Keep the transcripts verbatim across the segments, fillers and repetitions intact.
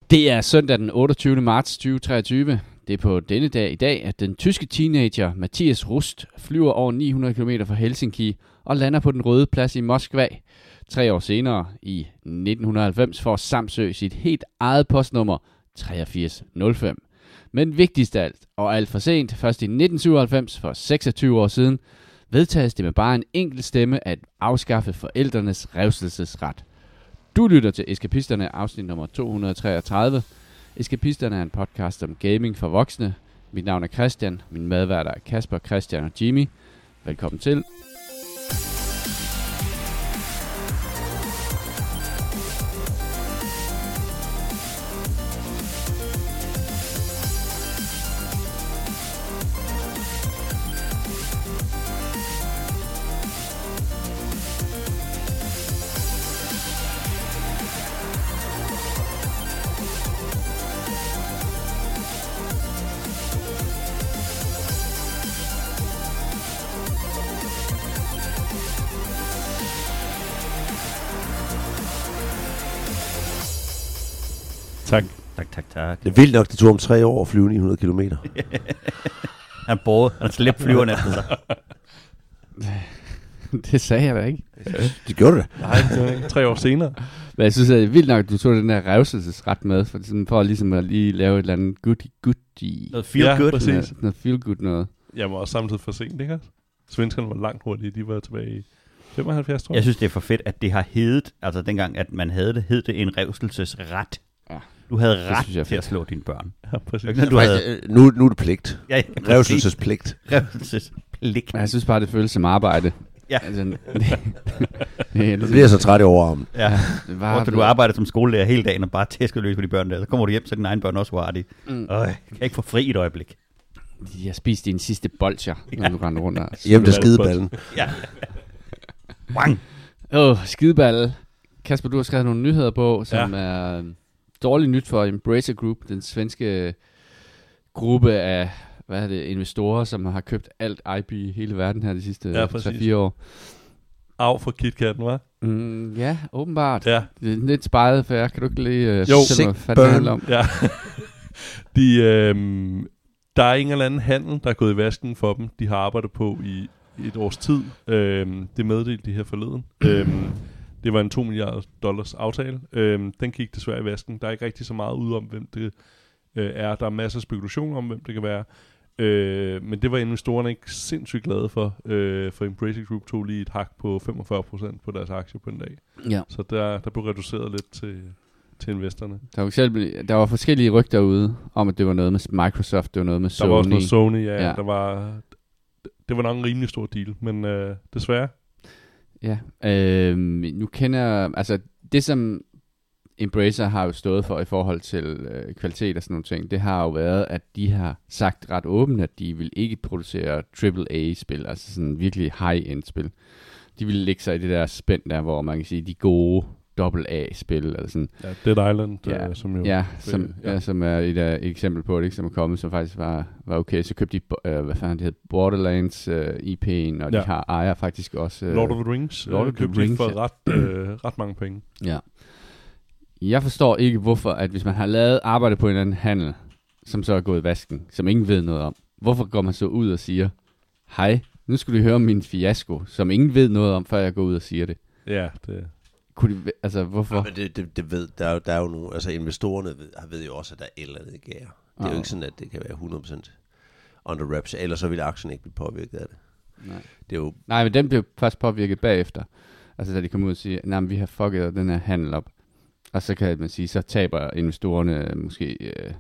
Det er søndag den otteogtyvende marts tyve treogtyve. Det er på denne dag i dag, at den tyske teenager Matthias Rust flyver over ni hundrede kilometer fra Helsinki og lander på den røde plads i Moskva. Tre år senere, i nitten halvfems, får Samsø sit helt eget postnummer treogfirs nul fem. Men vigtigst af alt, og alt for sent, først i nitten syvoghalvfems, for seksogtyve år siden, vedtages det med bare en enkelt stemme at afskaffe forældrenes revselsesret. Du lytter til Eskapisterne, afsnit nummer to hundrede treogtredive. Eskapisterne er en podcast om gaming for voksne. Mit navn er Christian, min medværter er Kasper, Christian og Jimmy. Velkommen til. Tak. Tak, tak, tak. Det er vildt nok, det tog om tre år at flyve ni hundrede kilometer. Han borede, han slæbte flyverne efter sig. Det sagde jeg da ikke. Det gjorde det. Nej, det var ikke tre år senere. Men jeg synes, at det er vildt nok, at du tog den der revselsesret med, for, sådan, for ligesom at lige lave et eller andet goodie-goodie. Noget feel Ja, good. præcis. Noget, noget feel-good noget. Jeg var også samtidig for sent, ikke? Svenskerne var langt hurtige, de var tilbage i femoghalvfjerds, tror jeg. Jeg synes, det er for fedt, at det har heddet, altså dengang, at man havde det, hed det en revselsesret. Ja. Du havde Det ret synes jeg er til at fedt. slå dine børn. Ja, præcis. Det var ikke sådan, du havde Nu, nu er det pligt. ja, ja, Revselsespligt. revselsespligt. Men jeg synes bare, det føles som arbejde. Ja. Altså, det, det, Det bliver så træt i overarmen. Ja. det var, Hvorfor du arbejder som skolelærer hele dagen og bare tæsker løs på de børn der, så kommer du hjem, så dine egne børn også var det. Mm. Øj, kan jeg ikke få fri et øjeblik? Jeg har spist dine sidste bolcher, når du render rundt der. Hjem til skideballen. Ja. Wang. Åh, oh, skideballe. Kasper, du har skrevet nogle nyheder på, som ja. er dårligt nyt for Embracer Group, den svenske gruppe af hvad er det, investorer, som har købt alt I P i hele verden her de sidste Ja, tre fire år. Af for KitKatten, hva'? Mm, ja, åbenbart. Ja. Det er lidt spejet, for jeg kan du ikke lige uh, Jo. fortælle mig, hvad det handler om? Ja. De, øhm, der er ingen eller anden handel, der er gået i vasken for dem. De har arbejdet på i, i et års tid. Øhm, det meddelte de her forleden. øhm, det var en to milliarder dollars aftale. Øhm, den gik desværre i vasken. Der er ikke rigtig så meget ud om, hvem det øh, er. Der er masser af spekulation om, hvem det kan være. Øh, men det var investorerne ikke sindssygt glade for. Øh, for Embracer Group tog lige et hak på femogfyrre procent på deres aktie på en dag. Ja. Så der, der blev reduceret lidt til, til investorerne. Der var, eksempel, der var forskellige rygter ude om, at det var noget med Microsoft, det var noget med Sony. Der var også noget Sony, ja. Ja. ja. Der var, det var nok en rimelig stor deal, men øh, desværre. Ja, øh, nu kender altså det som Embracer har jo stået for i forhold til øh, kvalitet og sådan nogle ting, det har jo været, at de har sagt ret åbent, at de vil ikke producere triple A-spil, altså sådan virkelig high-end spil. De vil lægge sig i det der spænd der, hvor man kan sige, de gode double A-spil, eller sådan. Ja, Dead Island, Ja, øh, som jo... ja, det, som, ja. ja, som er et, uh, et eksempel på det, ikke, som er kommet, som faktisk var, var okay. Så købte de, uh, hvad fanden det hed, Borderlands uh, I P'en, og ja. de har ejer faktisk også... Uh, Lord of the Rings, Lord of øh, the købte Rings, de for ja. ret, øh, ret mange penge. Ja. Jeg forstår ikke, hvorfor, at hvis man har lavet arbejde på en anden handel, som så er gået i vasken, som ingen ved noget om, hvorfor går man så ud og siger, hej, nu skulle du høre om min fiasko, som ingen ved noget om, før jeg går ud og siger det. Ja, det... Kunne de, altså, hvorfor? Ja, men det, det, det ved, der er, jo, der er jo nogle, altså investorerne ved, ved jo også, at der er et eller andet gær. Det er Ah. jo ikke sådan, at det kan være hundrede procent under wraps, ellers så ville aktien ikke blive påvirket af det. Nej. Det er jo, Nej, men den blev først påvirket bagefter. Altså, da de kom ud og siger, nej, vi har fucket den her handel op. Og så kan man sige, så taber investorerne måske øh,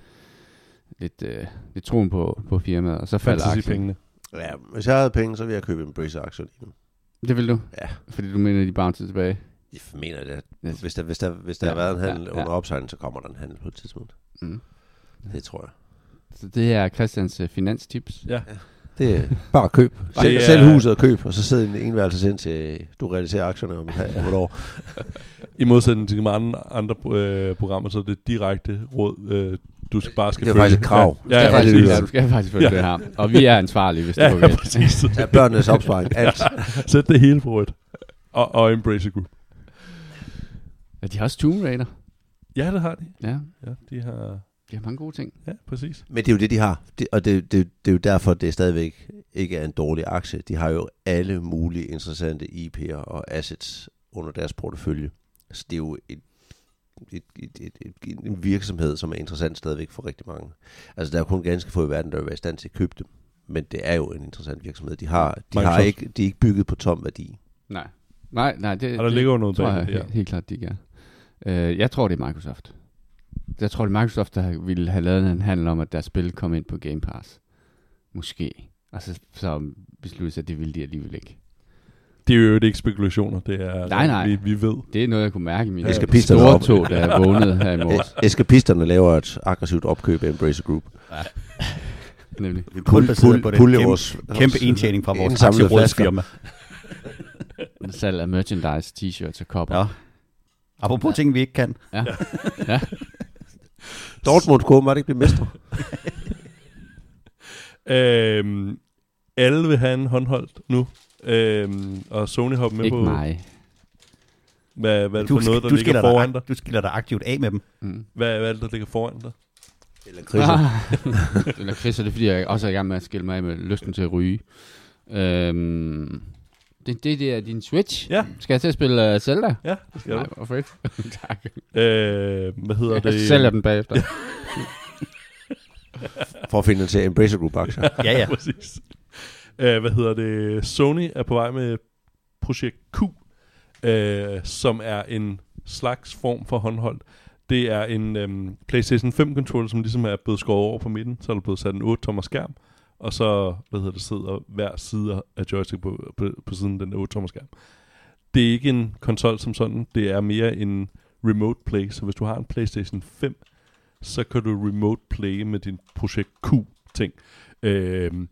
lidt, øh, lidt troen på, på firmaet, og så falder aktien. Fantasy-pengene. ja, hvis jeg havde penge, så ville jeg købe Embracer-aktier lige nu. Det vil du? Ja. Fordi du mener, de bouncer tilbage? Jeg mener det. Yes. Hvis der, hvis der, hvis der Ja, har været en handel ja, under ja. opsejling, så kommer der en handel på et tidspunkt. Mm. Det tror jeg. Så det er Christians uh, finanstips. Ja. Det er bare køb. Det Sælg, er- sælg huset og køb, og så sidde i en enværelse ind til du realiserer aktierne om et, halvt- om et år. I modsætning til de mange andre øh, programmer, så er det direkte råd, øh, du skal bare skal Det er følge. faktisk et krav. Ja, ja, Ja, ja, faktisk, det præcis. ja, du skal faktisk følge Ja. det her. Og vi er ansvarlige, hvis det Ja, går ja, galt. præcis. Ja, børnenes opsparing, alt. Sæt det hele på et. Og, og Embracer Group. Ja, de har også Tomb Raider. Ja, det har de. Ja, Ja, de har... de har mange gode ting. Ja, præcis. Men det er jo det, de har. Det, og det, det, det er jo derfor, det stadigvæk ikke er en dårlig aktie. De har jo alle mulige interessante I P'er og assets under deres portefølje. Så det er jo et, et, et, et, et, en virksomhed, som er interessant stadigvæk for rigtig mange. Altså, der er jo kun ganske få i verden, der vil være i stand til at købe dem. Men det er jo en interessant virksomhed. De, har, de, har ikke, de er ikke bygget på tom værdi. Nej, nej, nej. Det, Og der ligger jo noget tror bag jeg det, ja. helt, helt klart, de gør. Uh, jeg tror, det er Microsoft. Jeg tror, det er Microsoft, der ville have lavet en handel om, at deres spil kom ind på Game Pass. Måske. Og så, så besluttede sig, at det ville de alligevel ikke. Det er jo ikke spekulationer, det er... Nej, nej. Vi, vi ved. Det er noget, jeg kunne mærke i mine Eskapisterne store op- tog, da jeg vågnede her i morges. Eskapisterne laver et aggressivt opkøb af Embracer Group. Nemlig. Vi er kun baseret på det Pulje kæmpe, vores, kæmpe indtjening fra vores indsamlede aktierådsfirma. Salg af merchandise, t-shirts og kopper. Ja. Apropos ting, vi ikke kan. Ja. Ja. Dortmund kunne måtte ikke blive mestre. Øhm, alle vil have en håndholdt nu. Øhm, og Sony hopper med Ikke på... mig. Hvad, hvad er det Du, for noget, der du, ligger skiller foran dig, dig? du skiller dig aktivt af med dem. Mm. Hvad, hvad er det, der ligger foran dig? Eller kriser. Ah. Eller Chris, er det fordi, jeg også er i gang med at skille mig af med lysten til at ryge. Øhm, det, det, det er din Switch. Ja. Skal jeg til at spille uh, Zelda? Ja, det skal Nej, du. hvor fedt. Tak. Øh, hvad hedder Jeg det? sælger den bagefter. For at finansiere Embracer Group aktier. Ja, ja. Præcis. Øh, hvad hedder det? Sony er på vej med projekt Q, øh, som er en slags form for håndholdt. Det er en øhm, PlayStation fem controller, som ligesom er blevet skåret over på midten, så er der blevet sat en otte tommer skærm, og så, hvad hedder det, sidder hver side af joystick på, på, på siden af den otte tommer skærm. Det er ikke en konsol som sådan, det er mere en remote play, så hvis du har en PlayStation fem, så kan du remote play med din projekt Q-ting. Øhm,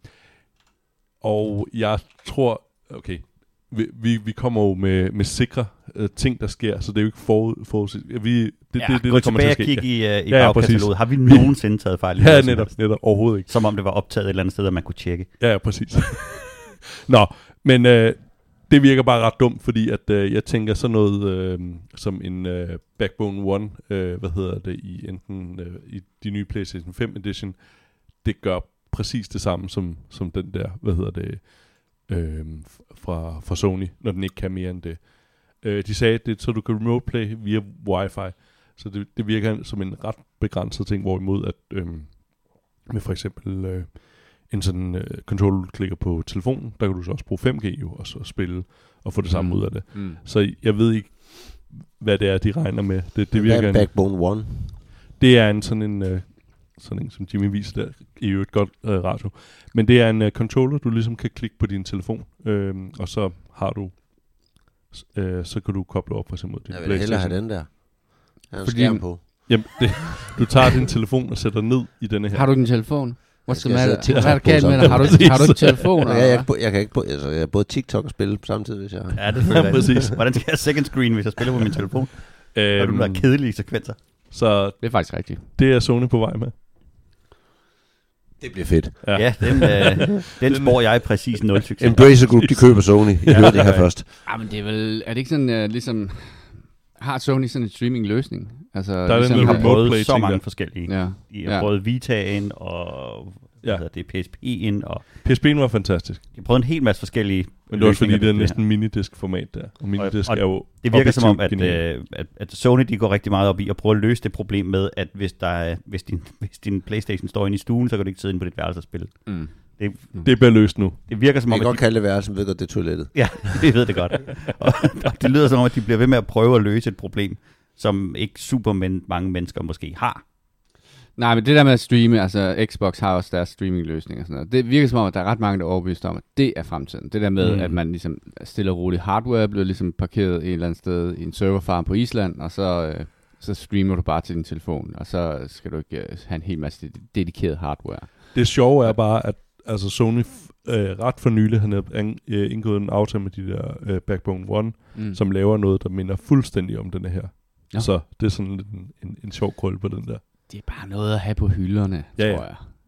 og jeg tror, okay, vi, vi, vi kommer jo med, med sikre uh, ting, der sker, så det er jo ikke forud, forudset. Vi, det, ja, det, det, gå det kommer til tilbage at og ske. kig Ja. i, uh, i Ja, ja, bagkataloget. Har vi nogensinde taget fejl? i Ja, noget som netop, helst? netop, overhovedet ikke. Som om det var optaget et eller andet sted, at man kunne tjekke. Ja, ja, præcis. Nå, men øh, det virker bare ret dumt, fordi at øh, jeg tænker sådan noget øh, som en øh, Backbone One, øh, hvad hedder det, i enten øh, i de nye PlayStation fem Edition, det gør præcis det samme som, som den der, hvad hedder det, øh, fra, fra Sony, når den ikke kan mere end det. Øh, de sagde, det så du kan remote play via Wi-Fi, så det, det virker som en ret begrænset ting, hvorimod at øh, med for eksempel øh, en sådan øh, controller, du klikker på telefonen, der kan du så også bruge fem G jo, og så spille og få det samme Mm. ud af det. Mm. Så jeg ved ikke, hvad det er, de regner med. Det, det virker Hvad er en, Backbone One? det er en sådan en, øh, sådan en, som Jimmy viser der, i øvrigt godt øh, radio. Men det er en øh, controller, du ligesom kan klikke på din telefon, øh, og så har du, øh, så kan du koble op for eksempel mod din Jeg vil hellere have den der. Jeg har en Fordi- skærm på. Jamen, det, du tager din telefon og sætter ned i denne her. Har du din telefon? What's skal the jeg matter? sidde og Hvad er der TikTok galt på med dig? Har du, samtidig? har du ikke telefon? Nå, eller jeg, jeg, hvad? kan, på- jeg kan ikke på, altså, jeg har både TikTok og spille samtidig, hvis jeg har. Ja, det Ja, er præcis. Hvordan skal jeg have second screen, hvis jeg spiller på min telefon? Og Øhm, det er kedelige sekvenser. så Det er faktisk rigtigt. det er Sony på vej med. Det bliver fedt. Ja. Ja, den, øh, den spår jeg præcis nul succes. Embracer Group, de køber Sony. I hører det her først. Ah, men det er vel... Er det ikke sådan, uh, ligesom... Har Sony sådan en streaming-løsning? Altså, er den ligesom, De har remote prøvet play, så tænker mange jeg. forskellige. Ja. De har Ja. prøvet Vita'en og hvad Ja. hedder det, P S P'en, og P S P'en var fantastisk. de har prøvet en hel masse forskellige Men det er også fordi, løsninger det er på næsten minidisk format der. Og minidisk og er jo Det virker som om, at, objektivt genialt. øh, at, at Sony de går rigtig meget op i at prøve at løse det problem med, at hvis, der er, hvis, din, hvis din Playstation står inde i stuen, så kan du ikke sidde inde på dit værelse og spille. Mm. Det, Det bliver løst nu. det virker som Man om, kan at godt kalde det værelse, ved godt, det er toilettet. de, ja, det ved det godt. og, og det lyder som om, at de bliver ved med at prøve at løse et problem, som ikke super men, mange mennesker måske har. Nej, men det der med at streame, altså Xbox har også deres streaming-løsning og sådan noget. Det virker som om, at der er ret mange, der er overbevist om, at det er fremtiden. Det der med, Mm. mm. at man ligesom stille og roligt hardware bliver ligesom parkeret et eller andet sted i en serverfarm på Island, og så, øh, så streamer du bare til din telefon, og så skal du ikke øh, have en hel masse ded- dedikeret hardware. Det sjove er bare, at altså Sony f- øh, ret for nylig har netop an- øh, indgået en aftale med de der øh, Backbone One, Mm. som laver noget, der minder fuldstændig om denne her. Ja. Så det er sådan lidt en, en, en sjov krølle på den der. Det er bare noget at have på hylderne, Ja, ja, ja. tror jeg.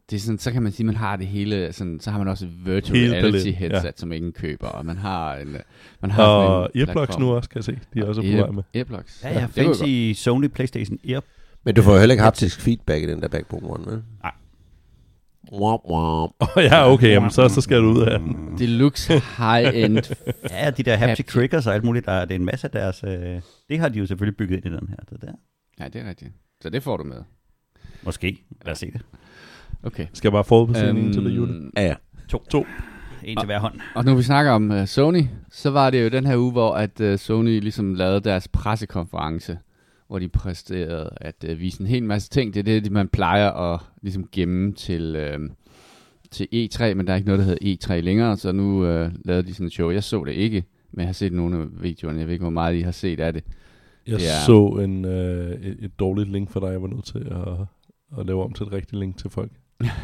det er sådan, så kan man sige, at man har det hele, sådan, så har man også et virtual Hele reality palet, headset, ja. som ingen køber, og man har en, øh, man har Og sådan en earplugs platform. nu også, kan jeg se. De er også på Ear- vej med. Earplugs. Ja, ja, det kunne jeg fancy Sony PlayStation Ear. Men du får jo heller ikke haptisk feedback i den der Backbone One, vel? Nej. Womp, womp. Åh oh, ja, okay, jamen, så, så skal du ud af den. godt. Deluxe high-end. Ja, de der haptic Haptic. triggers og alt muligt, der, det er en masse af deres... Øh, det har de jo selvfølgelig bygget ind i den her. Det der. Ja, det er rigtigt. Så det får du med. Måske. Lad os se det. Okay. Skal jeg bare forudbestille en til dig, Jule? Øhm, Ja, ja. To. To. En til hver hånd. Og nu vi snakker om uh, Sony, så var det jo den her uge, hvor at uh, Sony ligesom lavede deres pressekonference, hvor de præsterede at uh, vise en hel masse ting. Det er det, man plejer at ligesom gemme til, uh, til E tre, men der er ikke noget, der hedder E tre længere, så nu uh, lavede de sådan et show. Jeg så det ikke, men jeg har set nogle af videoerne. Jeg ved ikke, hvor meget I har set af det. Jeg Det er- så en, øh, et, et dårligt link for dig. Jeg var nødt til at, at lave om til et rigtigt link til folk.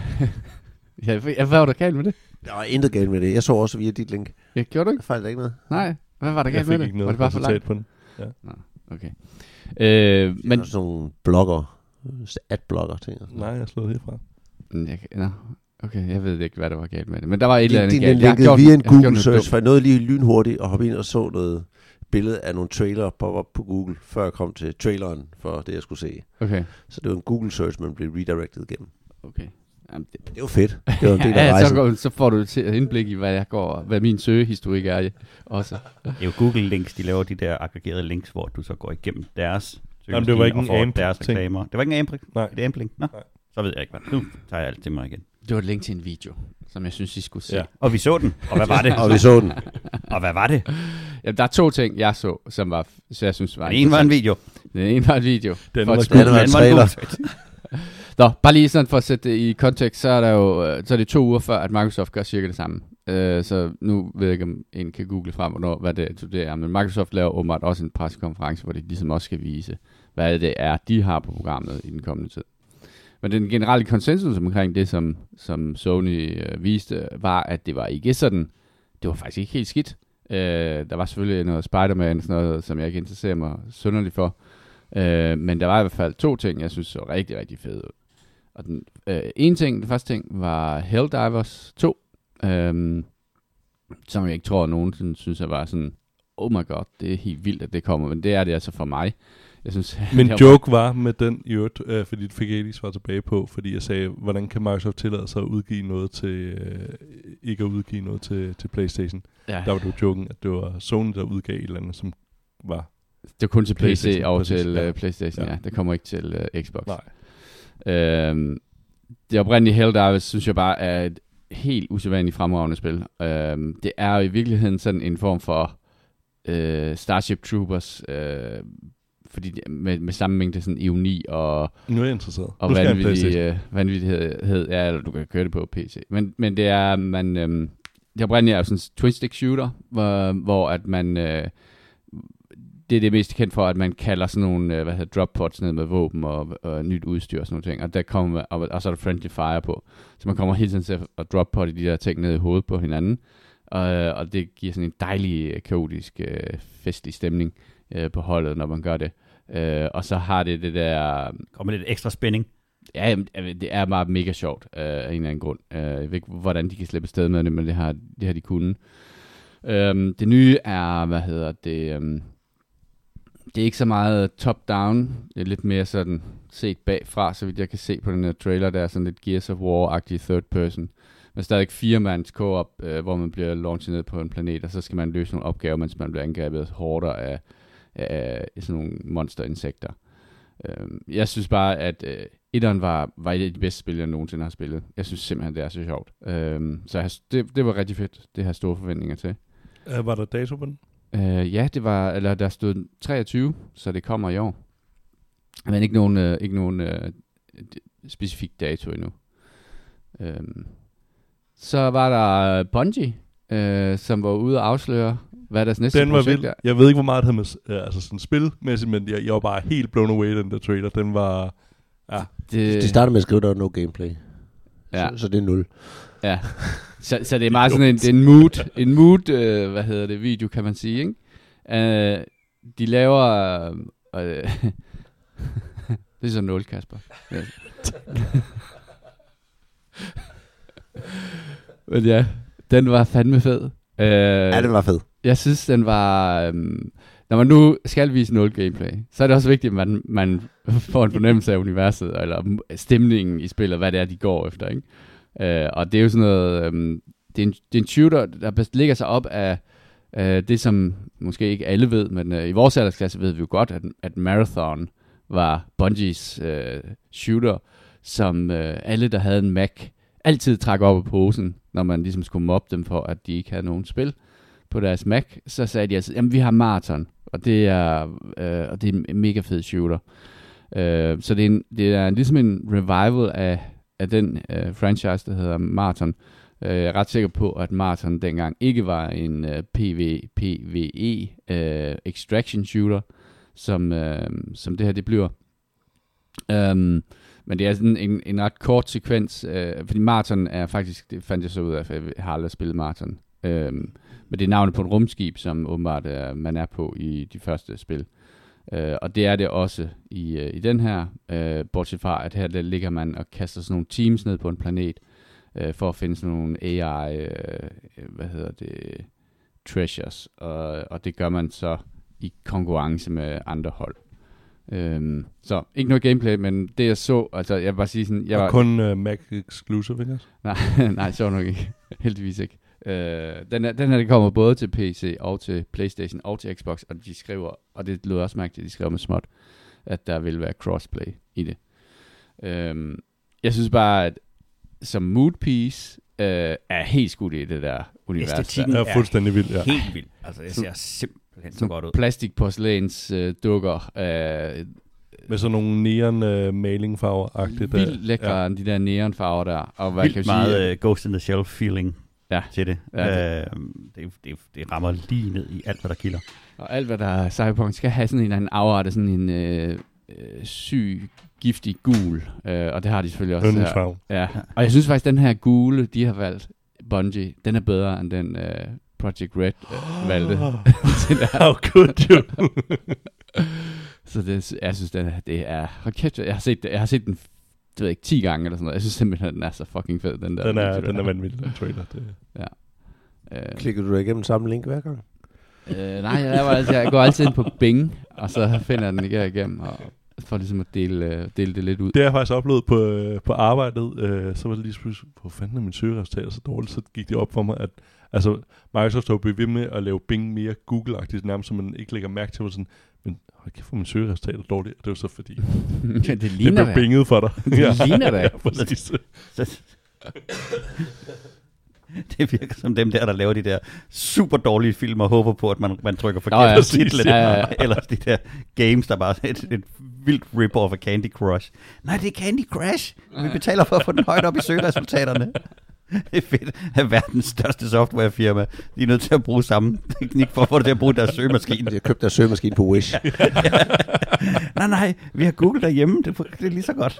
Ja, hvad var der galt med det? Der var intet galt med det. Jeg så også via dit link. Jeg gjorde du ikke? Jeg fejlede ikke noget. Nej. Hvad var der Jeg galt med fik det? ikke Var noget det bare for resultat langt? på den. Okay. Øh, Men men... der er sådan nogle blogger, adblogger ting. og sådan Nej, jeg slog det herfra. Mm, Jeg, kan- nå, okay, jeg ved ikke, hvad der var galt med det. Men der var et eller noget. andet Din, din galt. Jeg har linket gjort- via en jeg har gjort Google noget search, dumt. for jeg nåede lige lynhurtigt og hoppe ind og så noget billede af nogle trailer pop op på Google, før jeg kom til traileren for det, jeg skulle se. Okay, Så det var en Google search, man blev redirected igennem. okay. Jamen, det, Det var fedt. Det var en del af ja, så, rejsen. går, så får du til indblik i, hvad jeg går, hvad min søgehistorik er også. Det er jo Google Links, de laver de der aggregerede links, hvor du så går igennem deres Jamen, det var ikke og en får AMP deres ting. reklamer. Det var ikke en AMP? Nej. Et AMP-link? Nå, Nej. så ved jeg ikke, hvad. Nu tager jeg alt til mig igen. Det var et link til en video, som jeg synes, I skulle se. Ja. Ja. Og vi så den. Og hvad var det? Og vi så den. Og hvad var det? Jamen, der er to ting, jeg så, som var, så jeg synes var Den ene var en video. Den ene var en video. Den For var et sgu- spil. Den var en Den trailer. god. Nå, bare lige sådan for at sætte det i kontekst, så er der jo øh, så er det to uger før, at Microsoft gør cirka det samme. Øh, så nu ved jeg ikke, om en kan google frem, hvornår, hvad det, det er. Men Microsoft laver åbenbart også en pressekonference, hvor de ligesom også skal vise, hvad det er, de har på programmet i den kommende tid. Men den generelle konsensus omkring det, som, som Sony øh, viste, var, at det var ikke sådan, det var faktisk ikke helt skidt. Øh, der var selvfølgelig noget Spider-Man, sådan noget, som jeg ikke interesserer mig synderligt for. Øh, men der var i hvert fald to ting, jeg synes så rigtig, rigtig fede ud. Og den øh, ene ting, den første ting, var Helldivers to, øh, som jeg ikke tror, nogen synes, jeg var sådan, oh my god, det er helt vildt, at det kommer, men det er det altså for mig. Jeg synes, Min det var- joke var med den i øvrigt, øh, fordi det fik jeg ikke lige svar tilbage på, fordi jeg sagde, hvordan kan Microsoft tillade sig at udgive noget til, øh, ikke at udgive noget til, til PlayStation. Ja, Der var det jo joken, at det var Sony, der udgav et eller andet, som var... det var kun til P C PlayStation, og præcis, til ja. uh, PlayStation, ja. Ja. ja. Det kommer ikke til uh, Xbox. Nej. Øhm, det oprindelige Helldivers synes jeg bare er et helt usædvanligt fremragende spil. Øhm, det er jo i virkeligheden sådan en form for øh, Starship Troopers, øh, fordi det- med, med samme mængde sådan ironi og, Nu er jeg interesseret. og nu skal jeg have en vanvittig, PlayStation. øh, vanvittighed. Ja, eller du kan køre det på P C. Men, men det er, man, øhm, det oprindelige er jo sådan en twin-stick shooter, hvor, hvor at man... Øh, det er det mest kendt for, at man kalder sådan nogle, øh, hvad hedder, drop pods ned med våben og, og nyt udstyr og sådan nogle ting. Og, der kommer, og, og så er der friendly fire på. Så man kommer hele tiden til at drop pod i de der ting ned i hovedet på hinanden. Og, og det giver sådan en dejlig, øh, kaotisk, øh, festlig stemning øh, på holdet, når man gør det. Øh, og så har det det der... Kommer lidt ekstra spænding. Ja, jamen, det er bare mega sjovt øh, af en eller anden grund. Øh, jeg ved ikke, hvordan de kan slippe afsted med det, men det har, det har de kunnet. Øhm, det nye er, hvad hedder det... Øhm, det er ikke så meget top-down. Det er lidt mere sådan set bagfra, så vidt jeg kan se på den her trailer. Der er sådan lidt Gears of War-agtig third person. Men stadig fire-mands co-op, øh, hvor man bliver launchet ned på en planet, og så skal man løse nogle opgaver, mens man bliver angrebet hårdere af, af, af sådan nogle monsterinsekter. Øh, jeg synes bare, at øh, etteren var, var et af de bedste spil, jeg nogensinde har spillet. Jeg synes simpelthen, det er så sjovt. Øh, så jeg, det, det var rigtig fedt. Det har jeg store forventninger til. Uh, var der dato på den? Uh, ja, det var, eller der stod treogtyve, så det kommer i år. Men ikke nogen, uh, ikke nogen uh, specifik dato endnu. Um, så var der Bungie, uh, som var ude og afsløre, hvad deres næste Den var projekt vild. er. Jeg ved ikke, hvor meget det havde med, uh, altså sådan spilmæssigt, men jeg, jeg var bare helt blown away, den der trailer. Den var... Ja, Det, De starter med at skrive, der er no gameplay. ja, Så, så det er nul. ja. Så, så det er meget sådan en, det er en mood, en mood uh, hvad hedder det, video, kan man sige, ikke? Uh, de laver... Uh, uh, det er så nul, Kasper. Ja. Men ja, den var fandme fed. Uh, Ja, den var fed. Jeg synes, den var... Um, når man nu skal vise nul gameplay, så er det også vigtigt, at man, man får en fornemmelse af universet, eller stemningen i spillet, hvad det er, de går efter, ikke? Uh, og det er jo sådan noget... Um, det, er en, det er en shooter, der ligger sig op af uh, det, som måske ikke alle ved, men uh, i vores aldersklasse ved vi jo godt, at, at Marathon var Bungies uh, shooter, som uh, alle, der havde en Mac, altid trak op af posen, når man ligesom skulle mobbe dem for, at de ikke havde nogen spil på deres Mac. Så sagde de altid, jamen vi har Marathon, og det er, øh, og det er en mega fed shooter. Øh, så det er, en, det er ligesom en revival af, af den øh, franchise, der hedder Marathon. Øh, jeg er ret sikker på, at Marathon dengang ikke var en øh, P V E øh, extraction shooter, som, øh, som det her det bliver. Um, Men det er sådan en, en ret kort sekvens, øh, fordi Marathon er faktisk, det fandt jeg så ud af, for jeg har aldrig spillet Marathon. Øhm, men det er navnet på et rumskib, som åbenbart er, man er på i de første spil. Øh, og det er det også i, øh, i den her, øh, bortset fra, at her der ligger man og kaster sådan nogle teams ned på en planet, øh, for at finde sådan nogle A I, øh, hvad hedder det, treasures. Og, og det gør man så i konkurrence med andre hold. Øhm, så ikke noget gameplay, men det jeg så, altså jeg vil bare sige sådan, jeg og var kun uh, Mac exclusive, ikke? nej, nej, så nok ikke, heldigvis ikke. Øh, den, er, den her, det kommer både til P C og til PlayStation og til Xbox, og de skriver, og det lød også mærkeligt, de skriver med småt, at der vil være crossplay i det. Øhm, jeg synes bare, at som mood piece øh, er helt skudt i det der univers. Æstetikken Jeg er fuldstændig vild, ja. Helt vildt. Altså, det ser simpelthen så godt ud. Plastikporcelæns øh, dukker, øh, Med sådan nogle neon uh, malingfarver-agtigt. vildt lækre, ja. De der neonfarver der. Og hvad Vildt kan meget sige, uh, Ghost in the Shell feeling ja. til det. Ja, det. Uh, det, det. Det rammer lige ned i alt, hvad der kilder. Og alt, hvad der er Cyberpunk, skal have sådan en eller anden afart af sådan en øh, øh, syg, giftig gul. Øh, og det har de selvfølgelig også her. Ja. Og jeg synes faktisk, den her gule, de har valgt, Bungie, den er bedre end den øh, Project Red øh, valgte. How could you? Så det, jeg synes, den er, det er... Hold kæft, jeg har set, det, jeg har set den, det ved jeg ikke, ti gange eller sådan noget. Jeg synes simpelthen, den er så fucking fed, den der. Den er, den er vanvittig, den trailer. Det. Ja. Øh, Klikker du da igennem samme link hver gang? øh, nej, jeg, var altid, jeg går altid ind på Bing, og så finder jeg den ikke igennem, og for ligesom at dele, dele det lidt ud. Det har jeg faktisk oplevet på, på arbejdet. Øh, så var det lige pludselig, hvor fanden er min søgeresultater så dårligt? Så gik det op for mig, at altså, Microsoft har blevet ved med at lave Bing mere Google-agtigt, nærmest så man ikke lægger mærke til mig sådan, men hold kæft, for min søgeresultater dårligt. Det er jo så fordi, ja, det, det ligner blev binget for dig. Det ligner det. Ja, præcis. Det virker som dem der, der laver de der super dårlige film og håber på, at man, man trykker forkert Nå, ja, på titlen. ja, ja, ja. Eller de der games, der bare er et, et vildt rip-off af Candy Crush. Nej, det er Candy Crush. Vi betaler for at få den højt op i søgeresultaterne. Det er fedt, at verdens største softwarefirma, de er nødt til at bruge samme teknik for at få det til at bruge deres søgemaskine. De har købt deres søgemaskine på Wish. Ja. Nej, nej, vi har Google derhjemme. Det, det er lige så godt.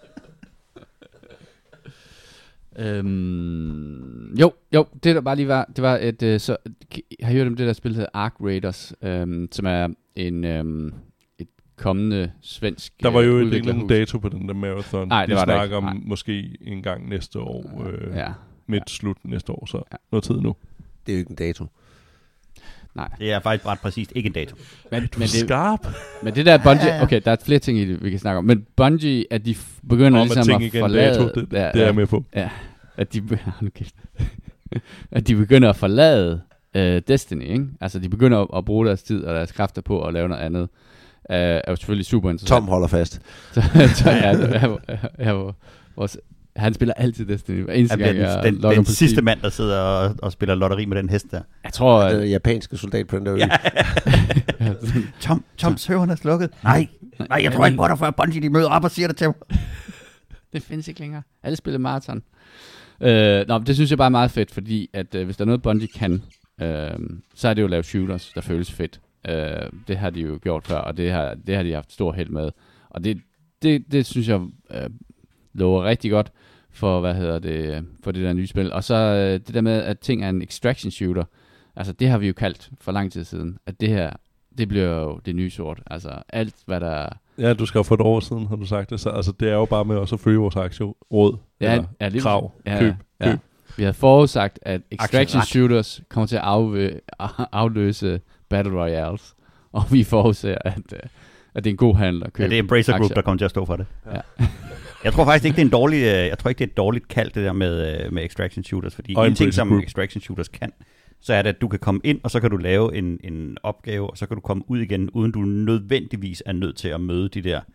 Øhm, jo, jo, det der bare lige var, det var et, øh, så, jeg har hørt om det der spil, der hedder Ark Raiders, øhm, som er en, øhm, et kommende svensk Der var jo øh, ikke nogen dato på den der marathon. Nej, det De var der snakker ikke. om Nej. måske en gang næste år, øh, ja. midt slut næste år, så Ja. noget tid nu. Det er jo ikke en dato. Nej. Det er faktisk ret præcist ikke en dato. Men, men, det, Skarp. men det der Bungie, okay, der er flere ting i det, vi kan snakke om, men Bungie, at de f- begynder Om at ligesom tænke at igen forlade, dato, det, det, ja, det er jeg med på. Ja, at de, okay. at de begynder at forlade uh, Destiny, ikke? Altså, de begynder at, at bruge deres tid og deres kræfter på at lave noget andet. Uh, er jo selvfølgelig super interessant. Tom holder fast. så, så ja, jeg, jeg, jeg, vores, han spiller altid Destiny. Hver eneste Jeg gang, bliver jeg den, den, logger den på sidste Steam. mand, der sidder og, og spiller lotteri med den hest der. Jeg tror, Den at... japanske soldat på den der ø. Ja. Tom, Tom søveren er slukket. Nej, nej, jeg tror ikke på dig, før Bungie de møder op og siger det til mig. Det findes ikke længere. Alle spiller maraton. Øh, nå, det synes jeg bare er meget fedt, fordi at øh, hvis der er noget, Bungie kan, øh, så er det jo at lave shooters, der føles fedt. Øh, det har de jo gjort før, og det har, det har de haft stor held med. Og det, det, det synes jeg øh, lover rigtig godt for, hvad hedder det, for det der nye spil. Og så øh, det der med, at ting er en extraction shooter, altså det har vi jo kaldt for lang tid siden, at det her, det bliver jo det nye sort. Altså alt, hvad der... Ja, du skal jo for et år siden, har du sagt det. Så altså, det er jo bare med også at følge vores aktieråd. Ja, eller ja, lige krav. ja, Køb. ja. Køb. Vi havde forudsagt, at extraction Aktieret. shooters kommer til at af, afløse Battle Royales. Og vi forudser, at, at det er en god handel at købe. Ja, det er Embracer Group, aktier. der kommer til at stå for det. Ja. Jeg tror faktisk ikke, det er en dårlig, øh, jeg tror ikke, det er et dårligt kald, det der med, øh, med extraction shooters, fordi Og en ting, Embracer som Group. extraction shooters kan, så er det, at du kan komme ind, og så kan du lave en, en opgave, og så kan du komme ud igen, uden du nødvendigvis er nødt til at møde de der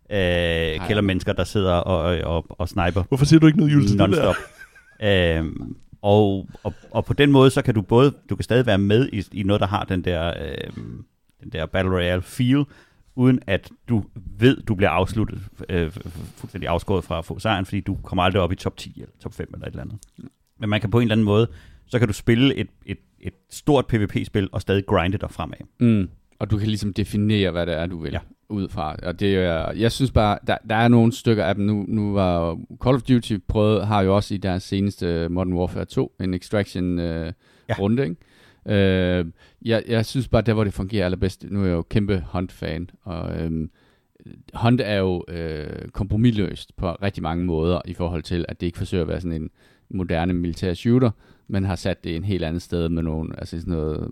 øh, kældermennesker, der sidder og, og, og sniper. Hvorfor siger du ikke noget, Jules, til det Non-stop. øhm, og, og, og på den måde, så kan du både, du kan stadig være med i, i noget, der har den der, øh, den der Battle Royale feel, uden at du ved, du bliver afsluttet, øh, fuldstændig afskåret fra at få sejren, fordi du kommer aldrig op i top ti eller top fem eller et eller andet. Men man kan på en eller anden måde, så kan du spille et, et, et stort PvP-spil og stadig grinde dig fremad. Mm. Og du kan ligesom definere, hvad det er, du vil Ja. ud fra. Og det er, jeg synes bare, der, der er nogle stykker af dem. Nu, nu var Call of Duty prøvet, har jo også i deres seneste Modern Warfare to en extraction øh, Ja. runde, ikke? Øh, jeg, jeg synes bare, der hvor det fungerer allerbedst, nu er jeg jo kæmpe Hunt-fan, og øhm, Hunt er jo øh, kompromisløst på rigtig mange måder, i forhold til, at det ikke forsøger at være sådan en moderne militær shooter, men har sat det en helt andet sted med nogle, altså sådan noget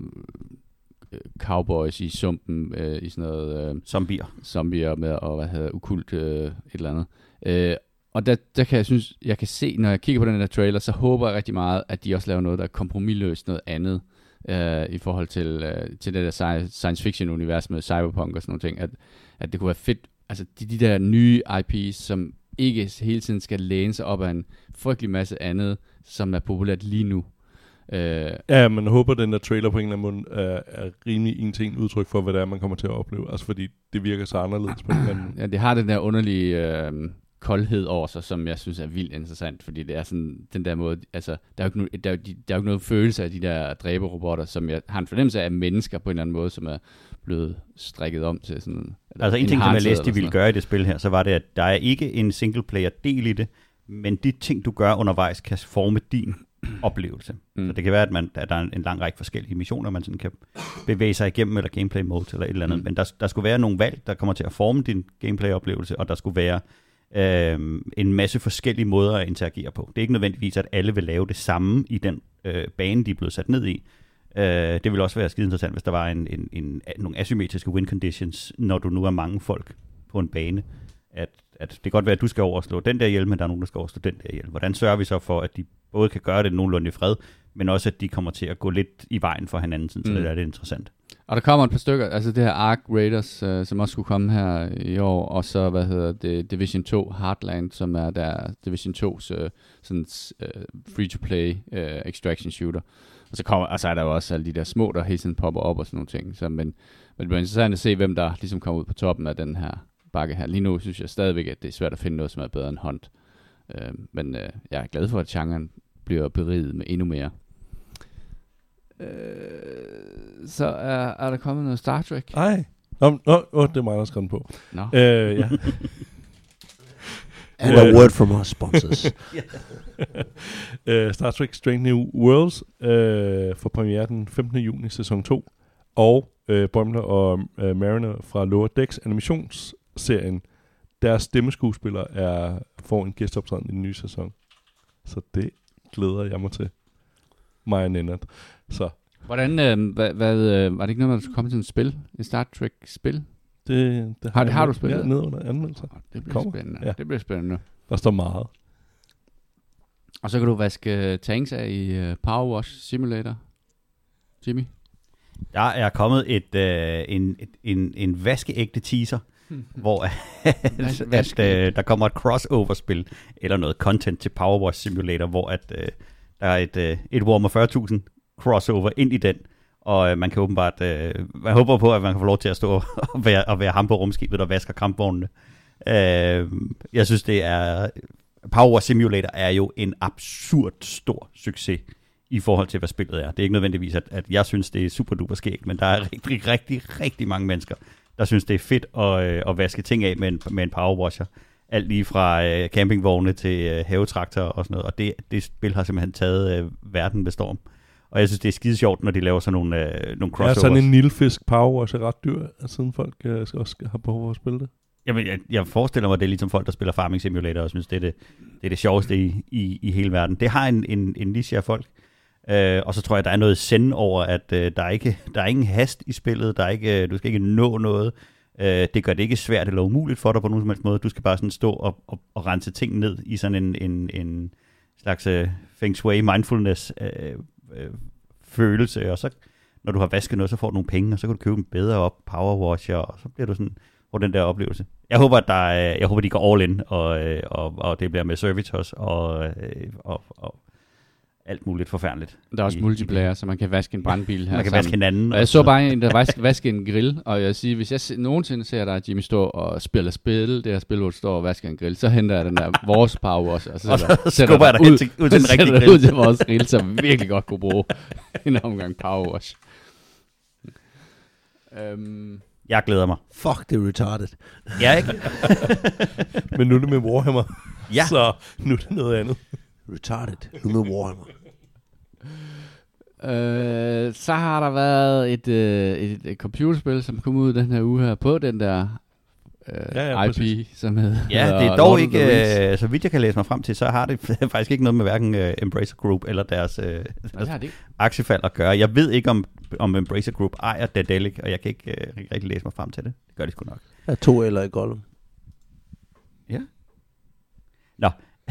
øh, cowboys i sumpen, øh, i sådan noget øh, Zombier. zombier med, og hvad hedder, okult øh, et eller andet. Øh, og der, der kan jeg synes, jeg kan se, når jeg kigger på den der trailer, så håber jeg rigtig meget, at de også laver noget, der er kompromisløst, noget andet, øh, i forhold til, øh, til det der sci- science fiction univers med cyberpunk og sådan nogle ting, at, at det kunne være fedt, altså de, de der nye I P's, som ikke hele tiden skal læne sig op af en frygtelig masse andet, som er populært lige nu. Øh, Ja, man håber, at den der trailer på en eller anden måde er, er rimelig en ting udtryk for, hvad det er, man kommer til at opleve. Altså fordi det virker så anderledes på en eller anden. Ja, det har den der underlige øh, koldhed over sig, som jeg synes er vildt interessant, fordi det er sådan den der måde, altså der er jo ikke, no, der er, jo- der er jo ikke noget følelse af de der dræberrobotter, som jeg har en fornemmelse af mennesker på en eller anden måde, som er blevet strikket om til sådan. Altså en ting, som jeg harnset læste, de eller ville sådan gøre i det spil her, så var det, at der er ikke en single-player-del i det, men de ting, du gør undervejs, kan forme din oplevelse. Mm. Så det kan være, at, man, at der er en, en lang række forskellige missioner, man sådan kan bevæge sig igennem, eller gameplay mode, eller et eller andet. Mm. Men der, der skulle være nogle valg, der kommer til at forme din gameplay-oplevelse, og der skulle være øh, en masse forskellige måder at interagere på. Det er ikke nødvendigvis, at alle vil lave det samme i den øh, bane, de er blevet sat ned i. Øh, det ville også være skide interessant, hvis der var en, en, en, nogle asymmetriske win conditions, når du nu er mange folk på en bane. At, at det kan godt være, at du skal over og slå den der ihjel, men der er nogen, der skal over og slå den der ihjel. Hvordan sørger vi så for, at de både kan gøre det nogenlunde i fred, men også at de kommer til at gå lidt i vejen for hinanden, så Mm. det er det interessant. Og der kommer et par stykker, altså det her Ark Raiders, øh, som også skulle komme her i år, og så, hvad hedder det, Division to Heartland, som er der Division to's øh, sådan øh, free-to-play øh, extraction shooter. Og så, kommer, og så er der jo også alle de der små, der hele tiden popper op og sådan nogle ting. Så, men, men det bliver interessant at se, hvem der ligesom kommer ud på toppen af den her bakke her. Lige nu synes jeg stadigvæk, at det er svært at finde noget, som er bedre end Hunt. Øh, men øh, jeg er glad for, at genren bliver beriget med endnu mere. Øh, så er, er der kommet noget Star Trek? Ej. Nå, nå, åh, det er mig, der har skrevet den på. Nå. Øh, ja. And a word from our sponsors. uh, Star Trek Strange New Worlds uh, får premiere den femtende juni sæson to. Og uh, Boimler og uh, Mariner fra Lower Decks animationsserien, deres stemmeskuespillere er, får en gæsteoptræden i den nye sæson. Så det glæder jeg mig til. Mig og Nennert. Så Hvordan, øh, hvad, hvad, øh, var det ikke noget, der skulle komme til et spil? Et Star Trek-spil? det, det Har- jeg har med- du spillet Ja, det? nede under anmeldelser. Det bliver Kommer. spændende. Ja. Det bliver spændende. Der står meget. Og så kan du vaske tanks af i uh, Power Wash Simulator. Jimmy? Der er kommet et, øh, en, et, en, en vaskeægte teaser, hvor at, at, øh, der kommer et crossover-spil, eller noget content til Power Wash Simulator, hvor at, øh, der er et, øh, et Warhammer fyrre tusind crossover ind i den, og øh, man kan åbenbart, øh, man håber på, at man kan få lov til at stå og være, og være ham på rumskibet, der vasker kampvognene. Øh, jeg synes, det er, Power Wash Simulator er jo en absurd stor succes i forhold til, hvad spillet er. Det er ikke nødvendigvis, at, at jeg synes, det er super duper skægt, men der er rigtig, rigtig, rigtig mange mennesker, der synes, det er fedt at, øh, at vaske ting af med en, med en powerwasher. Alt lige fra øh, campingvogne til øh, havetraktorer og sådan noget. Og det, det spil har simpelthen taget øh, verden ved storm. Og jeg synes, det er skide sjovt, når de laver sådan nogle, øh, nogle Ja, crossovers. sådan en nilfisk power wash er ret dyr, at siden folk øh, skal også have behov for at spille det. Jamen, jeg, jeg forestiller mig, at det er ligesom folk, der spiller Farming Simulator, og synes, det er det, det, er det sjoveste i, i, i hele verden. Det har en, en, en niche af folk. Øh, og så tror jeg, der er noget send over, at øh, der, er ikke, der er ingen hast i spillet. Der er ikke, du skal ikke nå noget. Øh, det gør det ikke svært eller umuligt for dig på nogen som helst måde. Du skal bare sådan stå og, og, og rense ting ned i sådan en, en, en slags uh, feng shui mindfulness øh, øh, følelse. Og så, når du har vasket noget, så får du nogle penge, og så kan du købe dem bedre op, powerwasher, og så bliver du sådan... på den der oplevelse. Jeg håber, at der er, jeg håber, de går all in, og, og, og det bliver med servitors og, og, og alt muligt forfærdeligt. Der er også I, multiplayer, i så man kan vaske en brandbil her. Man kan sammen. vaske hinanden. Og jeg så bare en, der vaske, vaske en grill, og jeg siger, hvis jeg se, nogensinde ser dig, Jimmy, stå og spiller spil, det her spil, hvor du står og vasker en grill, så henter jeg den der vores power også, og så, og så sætter, skubber jeg dig ud, til, ud til den rigtige grill. ud til vores grill, som virkelig godt kunne bruge en omgang power wash. Um, Jeg glæder mig. Fuck, det er retarded. Ja, ikke? Men nu er det med Warhammer. Ja. Så nu er det noget andet. Retarded. Nu med Warhammer. øh, så har der været et, øh, et, et computerspil, som kom ud den her uge her på den der øh, Ja, ja, I P, præcis. som hedder Ja, det er Lord dog of ikke, the Rings. øh, så vidt jeg kan læse mig frem til, så har det faktisk ikke noget med hverken uh, Embracer Group eller deres, øh, Nej, det deres har det ikke. aktiefald at gøre. Jeg ved ikke, om, om Embracer Group ejer Daedalic, og jeg kan ikke, øh, ikke rigtig læse mig frem til det. Det gør de sgu nok. Der er to eller i Gollum. Ja. Nå.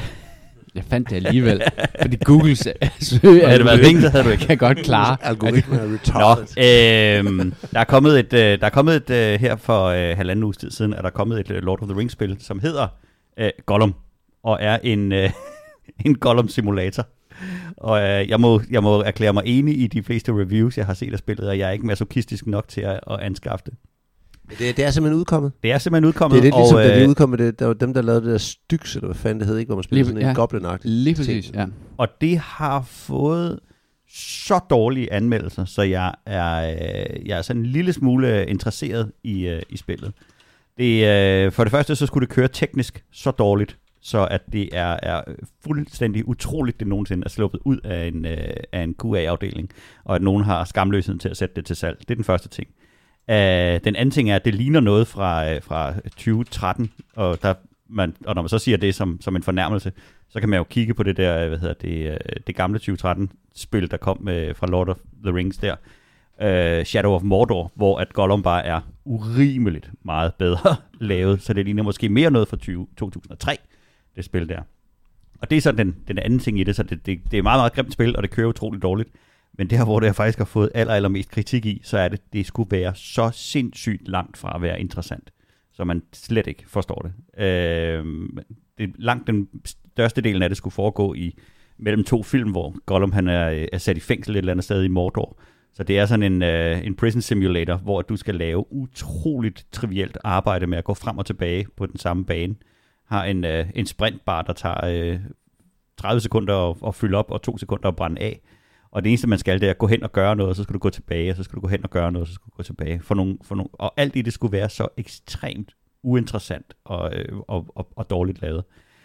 Jeg fandt det alligevel, fordi Google søge Havde det været penge, så havde du ikke. kan godt klare. Algoritmen er Nå, retarded. øh, der er kommet et, øh, der er kommet et øh, her for øh, halvanden uges tid siden, er der kommet et øh, Lord of the Rings-spil, som hedder øh, Gollum, og er en, øh, en Gollum-simulator. Og øh, jeg, må, jeg må erklære mig enig i de fleste reviews, jeg har set af spillet, og jeg er ikke masochistisk nok til at, at anskaffe det. Det, det er simpelthen udkommet. Det er simpelthen udkommet. Det er lidt ligesom, og, da øh, det udkom med det. Der var dem, der lavede det der Styx, eller hvad fanden det hed, ikke? Hvor man spillede Lige- sådan en ja. goblin-agtig Lige ting. præcis, ja. Og det har fået så dårlige anmeldelser, så jeg er, øh, jeg er sådan en lille smule interesseret i, øh, i spillet. Det, øh, for det første, så skulle det køre teknisk så dårligt, så at det er, er fuldstændig utroligt, det nogensinde er sluppet ud af en, øh, af en Q A-afdeling, og at nogen har skamløsheden til at sætte det til salg. Det er den første ting. Uh, den anden ting er, at det ligner noget fra, uh, fra tyve tretten, og, der, man, og når man så siger det som, som en fornærmelse, så kan man jo kigge på det der, hvad hedder det, uh, det gamle tyve tretten-spil, der kom med, fra Lord of the Rings der, uh, Shadow of Mordor, hvor at Gollum bare er urimeligt meget bedre lavet, så det ligner måske mere noget fra tyve, to tusind og tre, det spil der. Og det er så den, den anden ting i det, så det, det, det er meget, meget grimt spil, og det kører utroligt dårligt. Men der, hvor det jeg faktisk har fået aller, allermest kritik i, så er det, det skulle være så sindssygt langt fra at være interessant, så man slet ikke forstår det. Øh, det langt den største del af det skulle foregå i mellem to film, hvor Gollum han er, er sat i fængsel et eller andet sted i Mordor. Så det er sådan en, uh, en prison simulator, hvor du skal lave utroligt trivielt arbejde med at gå frem og tilbage på den samme bane. Har en, uh, en sprintbar, der tager uh, tredive sekunder at, at fylde op, og to sekunder at brænde af. Og det eneste, man skal, det er at gå hen og gøre noget, og så skal du gå tilbage, og så skal du gå hen og gøre noget, og så skal du gå tilbage. For nogle, for nogle, og alt i det skulle være så ekstremt uinteressant og, og, og, og dårligt lavet.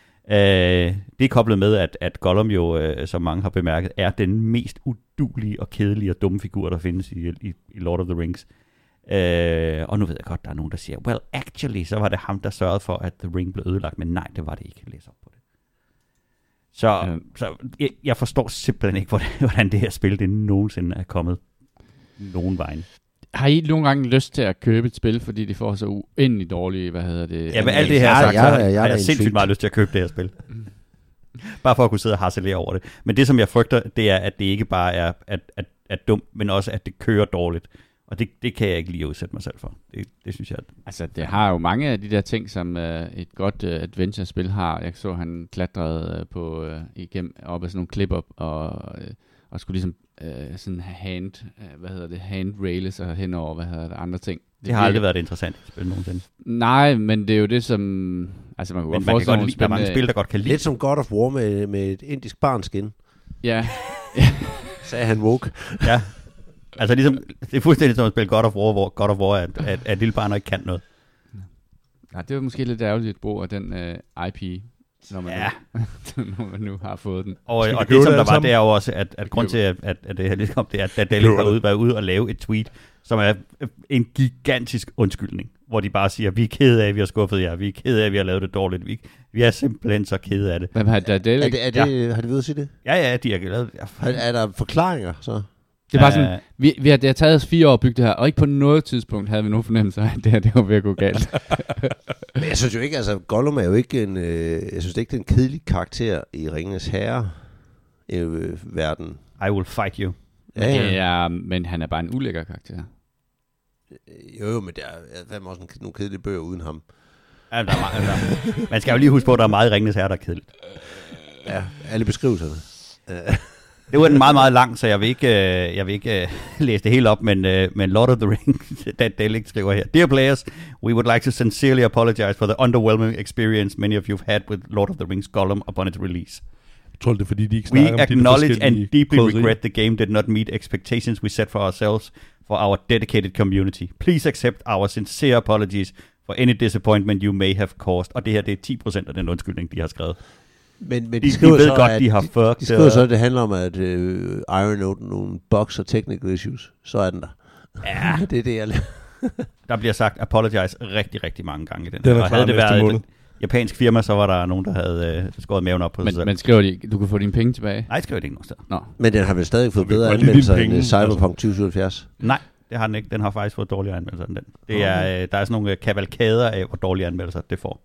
Øh, det er koblet med, at, at Gollum jo, øh, som mange har bemærket, er den mest udulige og kedelige og dumme figur, der findes i, i, i Lord of the Rings. Øh, og nu ved jeg godt, der er nogen, der siger, well, actually, så var det ham, der sørgede for, at The Ring blev ødelagt. Men nej, det var det ikke. Læs op på det. Så, ja. så jeg, jeg forstår simpelthen ikke, hvordan, hvordan det her spil det nogensinde er kommet nogen vejen. Har I nogle gange lyst til at købe et spil, fordi det får så uendelig dårlige, hvad hedder det? Ja, men alt det her Jeg- sagt, jeg- så jeg- jeg er har da jeg sindssygt intrigued. meget lyst til at købe det her spil. Bare for at kunne sidde og harcelere over det. Men det, som jeg frygter, det er, at det ikke bare er at, at, at dumt, men også, at det kører dårligt. Og det, det kan jeg ikke lige at udsætte mig selv for. Det, det synes jeg... At... Altså, det har jo mange af de der ting, som uh, et godt uh, adventure-spil har. Jeg så, han klatrede uh, på uh, igennem op af sådan nogle klipper og, uh, og skulle ligesom uh, sådan hand, uh, hvad hedder det, handrails og henover, hvad hedder det, andre ting. Det, det har aldrig været et interessant spil nogensinde. Nej, men det er jo det, som... Altså, man kunne Men godt man kan forestille godt lide, der er mange spil, der godt kan lide. Lidt som God of War med, med et indisk barnskin, Ja. sagde han woke. Ja. Altså ligesom, det er fuldstændig som at spille God of War, hvor God of War er, er, er et lille barn og ikke kan noget. Nej, det var måske lidt ærgerligt at bruge af den uh, I P, når man, Ja. nu, når man nu har fået den. Og, Skal vi og købe det, som det der alle var, sammen? det er jo også, at, at grund til, at, at, at det her lidt kom, det er, at Daedalic Køber var det. ude, var ude og lave et tweet, som er en gigantisk undskyldning hvor de bare siger, vi er kede af, at vi har skuffet jer, vi er kede af, at vi har lavet det dårligt, vi, vi er simpelthen så kede af det. Hvem har det? Er det, er det ja. Har de ved at sige det? Ja, ja, de har lavet det. Er, er der forklaringer så? Det er bare sådan, vi, vi har, det har taget os fire år at bygge det her, og ikke på noget tidspunkt havde vi nogen fornemmelse af, at det her det var ved at gå galt. Men jeg synes jo ikke, altså Gollum er jo ikke en, øh, jeg synes det ikke, det er en kedelig karakter i Ringenes Herre øh, verden. I will fight you. Ja, ja. Det er, men han er bare en ulækker karakter. Jo, jo, men der er fandme også nogle kedelige bøger uden ham. Ja, der er meget, der. Man skal jo lige huske på, at der er meget Ringenes Herre, der er kedeligt. Ja, alle beskrivelserne. Det var den meget, meget lang, så jeg vil ikke, øh, jeg vil ikke øh, læse det helt op, men, øh, men Lord of the Rings, Dan Delic skriver her. Dear players, we would like to sincerely apologize for the underwhelming experience many of you have had with Lord of the Rings Gollum upon its release. Jeg tror, det er fordi, de ikke We snakker om de acknowledge and deeply krydderier. regret the game did not meet expectations we set for ourselves for our dedicated community. Please accept our sincere apologies for any disappointment you may have caused. Og det her, det er ti procent af den undskyldning, de har skrevet. Men, men de, de, skriver de ved så, godt, at de har fucked. De skriver så, at det handler om, at uh, Iron Open nogle bugs og technical issues. Så er den der. Ja. Det er det, jeg Der bliver sagt apologize rigtig, rigtig mange gange i den. Den og havde det været måned. et japansk firma, så var der nogen, der havde uh, skåret maven op på men, sig selv. men skriver de, du kan få dine penge tilbage? Nej, skriver det ikke nogen sted. Nå. Men den har vel stadig fået bedre godt lide anmeldelser dine end penge, Cyberpunk tyve syvoghalvfjerds? Nej, det har den ikke. Den har faktisk fået dårligere anmeldelser end den. Det er, uh, der er sådan nogle kavalkader af, hvor dårlige anmeldelser det får.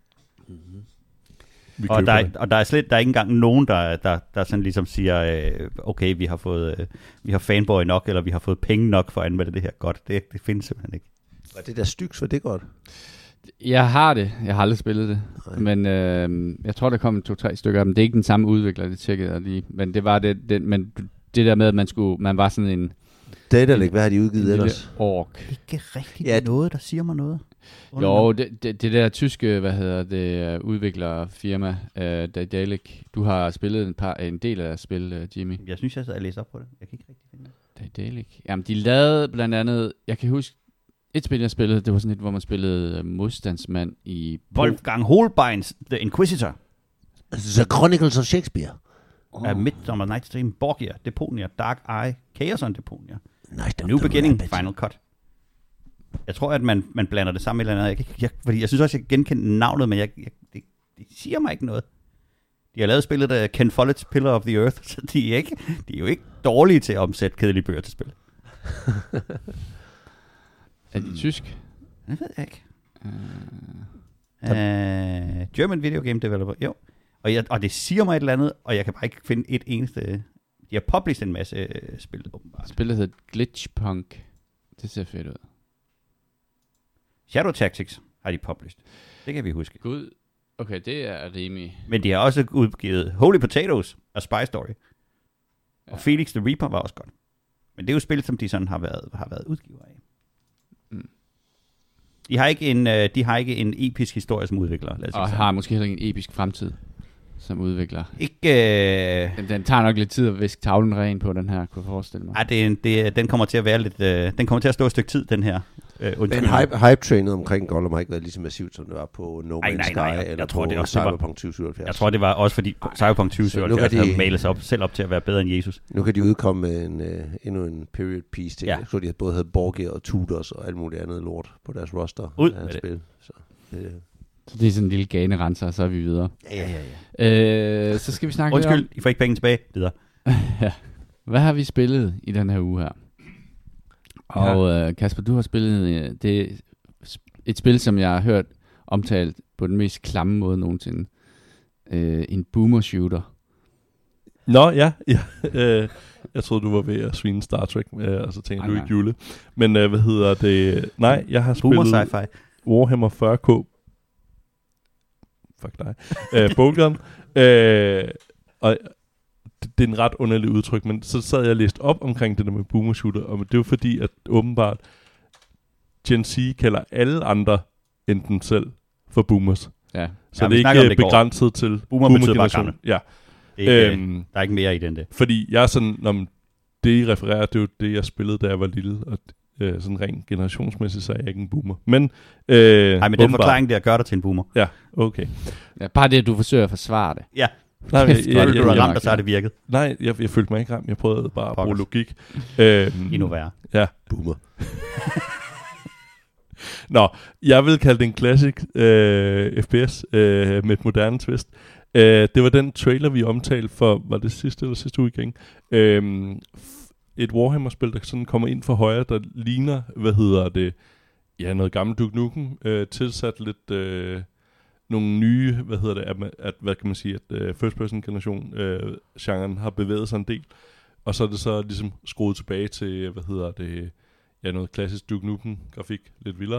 Vi Og der, er, det. og der er slet der er ikke engang nogen, der, der, der sådan ligesom siger, øh, okay, vi har fået øh, vi har fanboy nok, eller vi har fået penge nok for at anmelde det her godt. Det, det findes simpelthen ikke. Var det der styks, var det godt? Jeg har det. Jeg har aldrig spillet det. Nej. Men øh, jeg tror, der kom to-tre stykker af dem. Det er ikke den samme udvikler, det tjekkede jeg lige. Men det var det, det, men det der med, at man, skulle, man var sådan en... Daedalic, hvad har de udgivet ellers? Ork. Ikke rigtig Ja. noget, der siger mig noget. Jo, det, det, det der tyske, hvad hedder det, udviklerfirma, uh, Daedalic. Du har spillet en, par, en del af spil, uh, Jimmy. Jeg synes, jeg sad og læste op på det. Jeg kan ikke rigtig finde det. Daedalic. Jamen, de lavede blandt andet... Jeg kan huske, et spil, jeg spillede, det var sådan et, hvor man spillede uh, modstandsmand i... Wolfgang Holbeins The Inquisitor. The Chronicles of Shakespeare. Oh. Uh, Midsummer Night's Dream, Borgia, Deponia, Dark Eye, Chaos on Deponia. Nice, New Beginning, Final Cut. Jeg tror, at man, man blander det sammen med et eller andet. Jeg, jeg, jeg, fordi jeg synes også, jeg kan genkende navnet, men jeg, jeg, det, det siger mig ikke noget. De har lavet spillet af Ken Follett's Pillar of the Earth, så de er, ikke, de er jo ikke dårlige til at omsætte kedelige bøger til spil. Er de tysk? Det ved jeg ikke. Uh, Uh, German Video Game Developer, jo. Og, jeg, og det siger mig et eller andet, og jeg kan bare ikke finde et eneste... De har published en masse uh, spil, åbenbart. spillet hedder Glitchpunk. Det ser fedt ud. Shadow Tactics har de published. Det kan vi huske. Gud. Okay, det er rimelig... Men de har også udgivet Holy Potatoes og Spy Story. Ja. Og Felix the Reaper var også godt. Men det er jo spil, som de sådan har været, har været udgiver af. Mm. De har ikke en, øh, de har ikke en episk historie som udvikler. Lad os Og sige har måske heller ikke en episk fremtid som udvikler. ikke... Øh, Den, den tager nok lidt tid at viske tavlen ren på, den her, kunne jeg forestille mig. ej, det, er en- det, er- den kommer til at være lidt... Øh, den kommer til at stå et stykke tid, den her. Øh, Men hype, hype-trainet omkring Gollum har ikke været lige så massivt, som det var på No Ej, Man's nej, Sky, nej, jeg- eller jeg tror, på det også, det var- Cyberpunk tyve syvoghalvfjerds. Jeg tror, det var også fordi Cyberpunk tyve syvoghalvfjerds Så nu kan havde de- malet sig op, selv op til at være bedre end Jesus. Nu kan de udkomme med en, uh, endnu en period piece til. Ja. Jeg tror, de både havde Borgia og Tudors og alt muligt andet lort på deres roster. Ud af med det. spil. Så, øh, Så det er sådan en lille ganerenser, og så er vi videre. Ja, ja, ja. Øh, så skal vi snakke lidt Undskyld, I får ikke penge tilbage. Videre. om... ja. Hvad har vi spillet i den her uge her? Og øh, Kasper, du har spillet øh, det er et spil, som jeg har hørt omtalt på den mest klamme måde nogensinde. Øh, en boomer shooter. Nå, ja. ja. Øh, jeg troede, du var ved at svine Star Trek, øh, og så tænkte Ej, du nej. ikke Jule. Men øh, hvad hedder det? Nej, jeg har Boomer spillet sci-fi. Warhammer fyrre K. Fuck dig. Øh, Boltgun. øh, og det, det er en ret underlig udtryk, men så sad jeg og læste op omkring det der med boomer shooter, og det er jo fordi, at åbenbart Gen Z kalder alle andre end dem selv for boomers. Ja. Så Ja, det vi er snakkede om ikke det i går. begrænset til Boomer betyder bare boomer-generationen. Ja. Det er ikke, Øhm, der er ikke mere i den det. Fordi jeg er sådan, når det I refererer, det er jo det, jeg spillede, da jeg var lille, og øh, sådan rent generationsmæssigt, så er jeg ikke en boomer. Men, øh, Nej, men den åbenbart- forklaring der gør dig til en boomer. Ja, okay. Ja, bare det, at du forsøger at forsvare det. Ja, Nej, Kæft, jeg, hvor er jeg, det du jeg, har jeg- ramt, og så har det virket. nej jeg, jeg følte mig ikke ramt. Jeg prøvede bare at bruge Pokkers. logik. Øhm, Endnu værre. Ja. boomer. Nå, jeg vil kalde det en classic øh, F P S øh, med et moderne twist. Øh, det var den trailer, vi omtalte for, var det sidste eller sidste udgang? Øh, et Warhammer-spil, der sådan kommer ind for højre, der ligner, hvad hedder det, ja, noget gammelt Duke Nukem, øh, tilsat lidt øh, nogle nye, hvad hedder det, at, at hvad kan man sige, at øh, first-person-generation øh, genren har bevæget sig en del, og så er det så ligesom skruet tilbage til, hvad hedder det, ja, noget klassisk Duke Nukem-grafik, lidt vildere,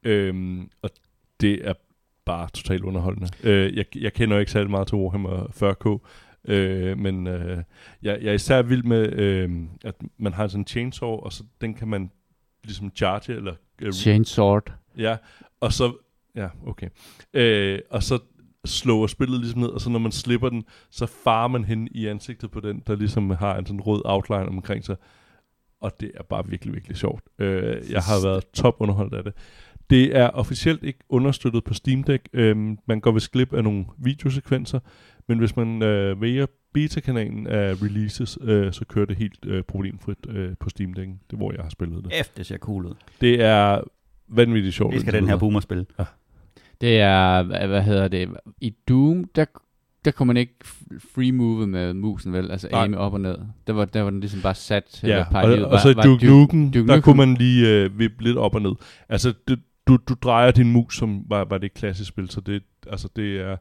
øh, og det er bare totalt underholdende. Øh, jeg, jeg kender jo ikke særlig meget til Warhammer fyrre K, øh, men øh, jeg, jeg er især vild med, øh, at man har sådan en chainsaw, og så den kan man ligesom charge, eller... Øh, Chainsword. Ja, og så... Ja, okay. Øh, og så slår spillet ligesom ned, og så når man slipper den, så farer man hen i ansigtet på den, der ligesom har en sådan rød outline omkring sig. Og det er bare virkelig, virkelig sjovt. Øh, jeg har været top underholdt af det. Det er officielt ikke understøttet på Steam Deck. Øhm, man går vist glip af nogle videosekvenser, men hvis man øh, vælger beta-kanalen af releases, øh, så kører det helt øh, problemfrit øh, på Steam Deck. Det er, hvor jeg har spillet det. F, det ser cool ud. Det er vanvittigt sjovt. Det skal den her boomer spille. Ja. Det er, hvad hedder det, i Doom, der, der kunne man ikke free move med musen, vel? Altså aime op og ned. Der var, der var den ligesom bare sat. Ja, eller og, og så i Duke Nukem, der kunne man lige øh, vippe lidt op og ned. Altså, det, du, du drejer din mus, som var, var det et klassisk spil, så det, altså, det er...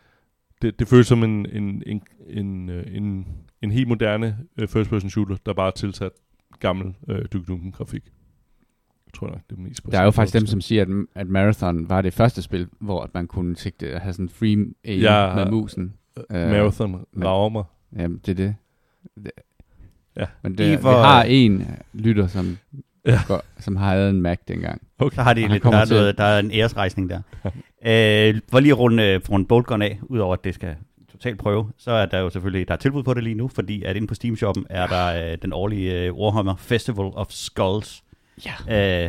Det, det føles som en, en, en, en, en, en helt moderne uh, first-person shooter, der bare er tilsat gammel uh, Duke Nukem-grafik. Jeg tror nok, det er mest. Der er jo faktisk dem, som siger, at, at Marathon var det første spil, hvor at man kunne sigte at have sådan free aim ja, med musen. Uh, Marathon uh, rager mig. Jamen, det er det. det. Ja. Men det, for, vi har en lytter, som, ja. går, som havde en Mac dengang. Okay. Så har de lidt, der, er noget, der er en æresrejsning der. øh, for lige at runde, runde Boltgun af, udover at det skal totalt prøve, så er der jo selvfølgelig der er tilbud på det lige nu, fordi at inde på Steam Shoppen er der øh, den årlige øh, Warhammer Festival of Skulls. Ja. Øh,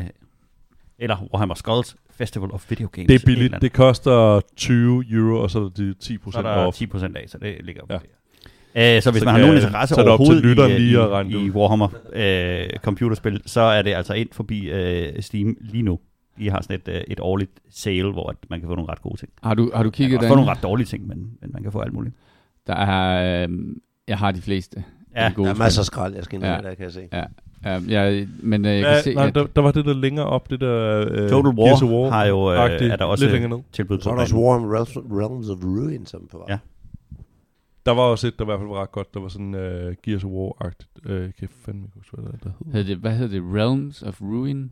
eller Warhammer Skulls Festival of Video Games. Det er billigt. Det koster tyve euro, og så er der ti procent off. Så er der off. ti procent af, så det ligger på ja. det. Øh, så hvis så man har nogen interesse overhovedet i, i, i Warhammer øh, computerspil, så er det altså ind forbi øh, Steam lige nu. De har sådan et, øh, et årligt sale, hvor man kan få nogle ret gode ting. Har du, har du kigget man kan få nogle ret dårlige ting, men, men man kan få alt muligt. Der er, øh, jeg har de fleste. Ja, de der er masser af skrald, jeg skal ind ja. der, kan jeg se. Ja. Ja, jeg, men øh, jeg ja, kan se, nej, der, der var det der længere op, det der øh, Total War, War har jo øh, er der også tilbud på. Så er der også Warhammer Realms, Realms of Ruin, som på vej. Ja. Der var også et, der i hvert fald var ret godt. Der var sådan uh, Gears of War-agtigt. Uh, kan jeg fandme ikke huske, hvad der hed. Det, hvad hedder det? Realms of Ruin?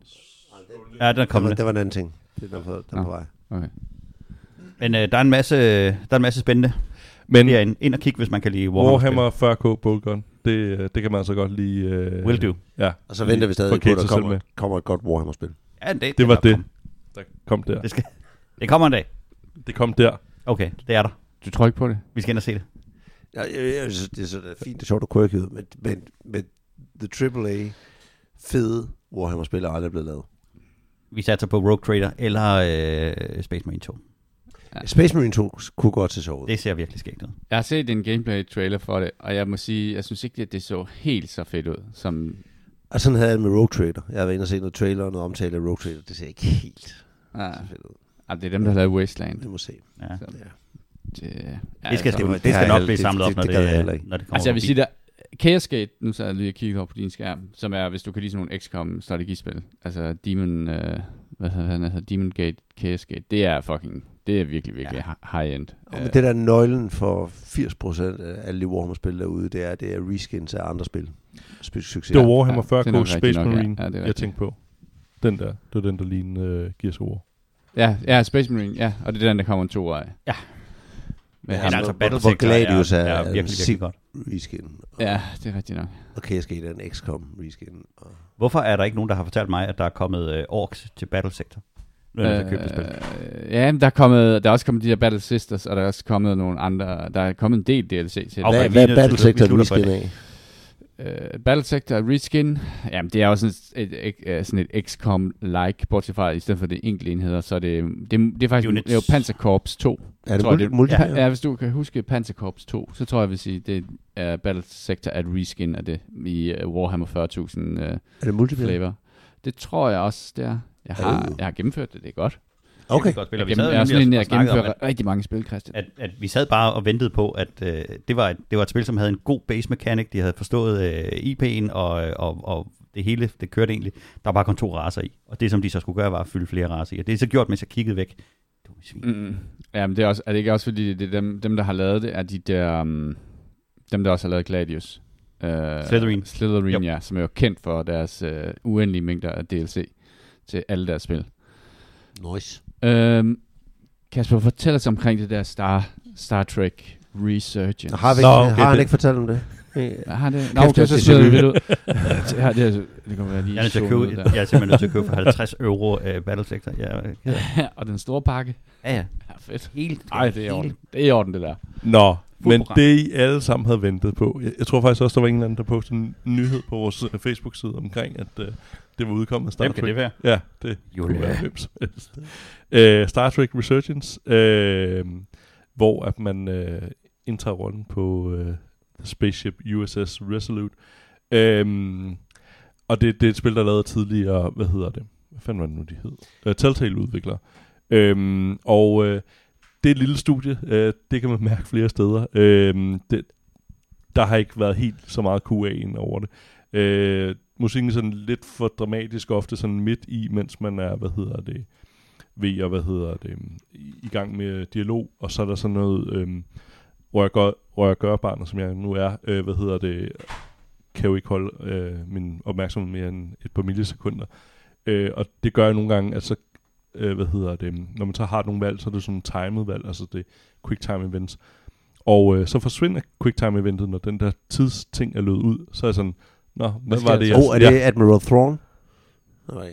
Ja, der kom det. Det var en anden ting. Det er der, der på vej. Okay. Men uh, der er en masse, der er en masse spændende. Men det er ind, ind og kig, hvis man kan lide Warhammer. Warhammer fyrre K Boltgun. Det, det kan man altså godt lide. Uh, Will do. Ja. Og så venter vi stadig på, at der kommer, kommer et godt Warhammer-spil. Ja, det, det, det var det. Kom. Der kom der. Det, skal, det kommer en dag. Det kom der. Okay, det er der. Du tror ikke på det? Vi skal ind og se det. Ja, jeg, jeg, jeg synes, det er så fint, det er sjovt at quirky ud, men, men, men The triple A fede Warhammer-spil er aldrig blevet lavet. Vi satser på Rogue Trader eller øh, Space Marine to. Ja. Space Marine to kunne godt se sjovt ud. Det ser virkelig skægt ud. Jeg har set en gameplay-trailer for det, og jeg må sige, jeg synes ikke, at det så helt så fedt ud, som... Og sådan havde jeg med Rogue Trader. Jeg har været inde og set noget trailer og noget omtale af Rogue Trader. Det ser ikke helt ah. så fedt ud. Ah, det er dem, der har lavet Wasteland. Det må se. Ja. Så, ja. Det, ja, det skal, det, det, det skal nok blive samlet op, når det, det, det, det, når det kommer. Altså jeg vil sige, der Chaos Gate, nu så jeg lige kigget over på din skærm, som er, hvis du kan lide sådan nogle X COM strategispil, altså Demon, øh, hvad hedder han, altså Demon Gate, Chaos Gate, det er fucking, det er virkelig, virkelig ja. high-end. Ja, men det der nøglen for firs procent af alle de Warhammer-spil derude, det er, det er reskins af andre spil. Succes. Det var Warhammer fyrre K ja, Space nok, Marine, ja. Ja, jeg tænkte på. Den der, det var den, der lignede uh, Gears of War. Ja, ja, Space Marine, ja, og det er den, der kommer en to af. Ja. Men ja, han, altså Battlesector er, er, er, er virkelig, virkelig godt. Reskin. Ja, det er rigtigt nok. Og Chaos Gate er en X COM reskin. Og hvorfor er der ikke nogen, der har fortalt mig, at der er kommet uh, orks til Battlesector? Nu er det øh, spil. Ja, der er, kommet, der er også kommet de der Battle Sisters, og der er også kommet nogle andre. Der er kommet en del D L C til. Okay, hvad, hvad er Battlesector reskin af? Uh, Battlesector reskin, jamen det er jo sådan et, et, et, sådan et X COM-like, bortset fra, i stedet for det enkelte enheder, så er det, det, det er faktisk det er jo Panzerkorps to. Er det multi- multiplayer? Ja, hvis du kan huske Panzerkorps to, så tror jeg, jeg vil sige, det er Battlesector at reskin af det i uh, Warhammer fyrre tusind uh, er det multiplayer? Flavor. Det tror jeg også, det er. Jeg har, jeg har gennemført det, det er godt. Okay. Godt spil, Jeg, vi gennem, sad jeg er jo sådan en, nemlig jeg og snakkede om, gennemfører rigtig mange spil, Christian. at, at, at vi sad bare og ventede på, at øh, det, var et, det var et spil, som havde en god base mechanic. De havde forstået øh, I P'en, og, og, og det hele, det kørte egentlig. Der var bare kun to racer i. Og det, som de så skulle gøre, var at fylde flere racer i. Og det er så gjort, mens jeg kiggede væk. Det var svin. Mm. Ja, men det er, også, er det ikke også, fordi det er dem, dem der har lavet det, er de der, um, dem, der også har lavet Gladius. Uh, Slytherin. Slytherin, Yep. ja, som er jo kendt for deres uh, uendelige mængder af D L C til alle deres spil. Nice. Um, Kasper, fortæl os omkring det der Star, Star Trek Resurgence. Har, vi Nå, ikke, okay, har han det- ikke fortalt om det? Har det? Nå, Kæft, okay, jeg så synes, smider jeg vi vil- det ud. det, her, det, er, det kommer være lige Jeg er, nødt til at zoome købe, ud der. jeg er simpelthen nødt til at købe for halvtreds euro uh, Battle Sector. Ja, ja, Og den store pakke. ja. Ja, fedt. Helt, Ej, det er i orden. Det er i orden, det der. Nå, men program. det I alle sammen havde ventet på. Jeg, jeg tror faktisk også, der var en eller anden, der postede en nyhed på vores uh, Facebook-side omkring, at uh, det var udkommet Star Hvem Trek. kan det være? Ja, det Jo, kunne ja. være hvem som helst. Uh, Star Trek Resurgence, uh, hvor at man uh, indtager rollen på uh, Spaceship U S S Resolute. Um, og det, det er et spil, der er lavet tidligere, hvad hedder det? Hvad fanden var det nu, de hed? Uh, Telltale-udviklere. Um, og uh, det er et lille studie, uh, det kan man mærke flere steder. Uh, det, der har ikke været helt så meget Q A ind over det. Uh, musikken er sådan lidt for dramatisk, ofte sådan midt i, mens man er, hvad hedder det, ved og hvad hedder det, i, i gang med dialog, og så er der sådan noget, øhm, hvor jeg gør, hvor jeg gør barnet, som jeg nu er, øh, hvad hedder det, kan jo ikke holde øh, min opmærksomhed mere end et par millisekunder. Øh, og det gør jeg nogle gange, at så, øh, hvad hedder det, når man så har nogle valg, så er det sådan timet valg, altså det quick time events. Og øh, så forsvinder quick time eventet, når den der tidsting er løbet ud, så er jeg sådan, nå, hvad skal var jeg det? så? Åh, oh, er det Admiral Thrawn? Nej.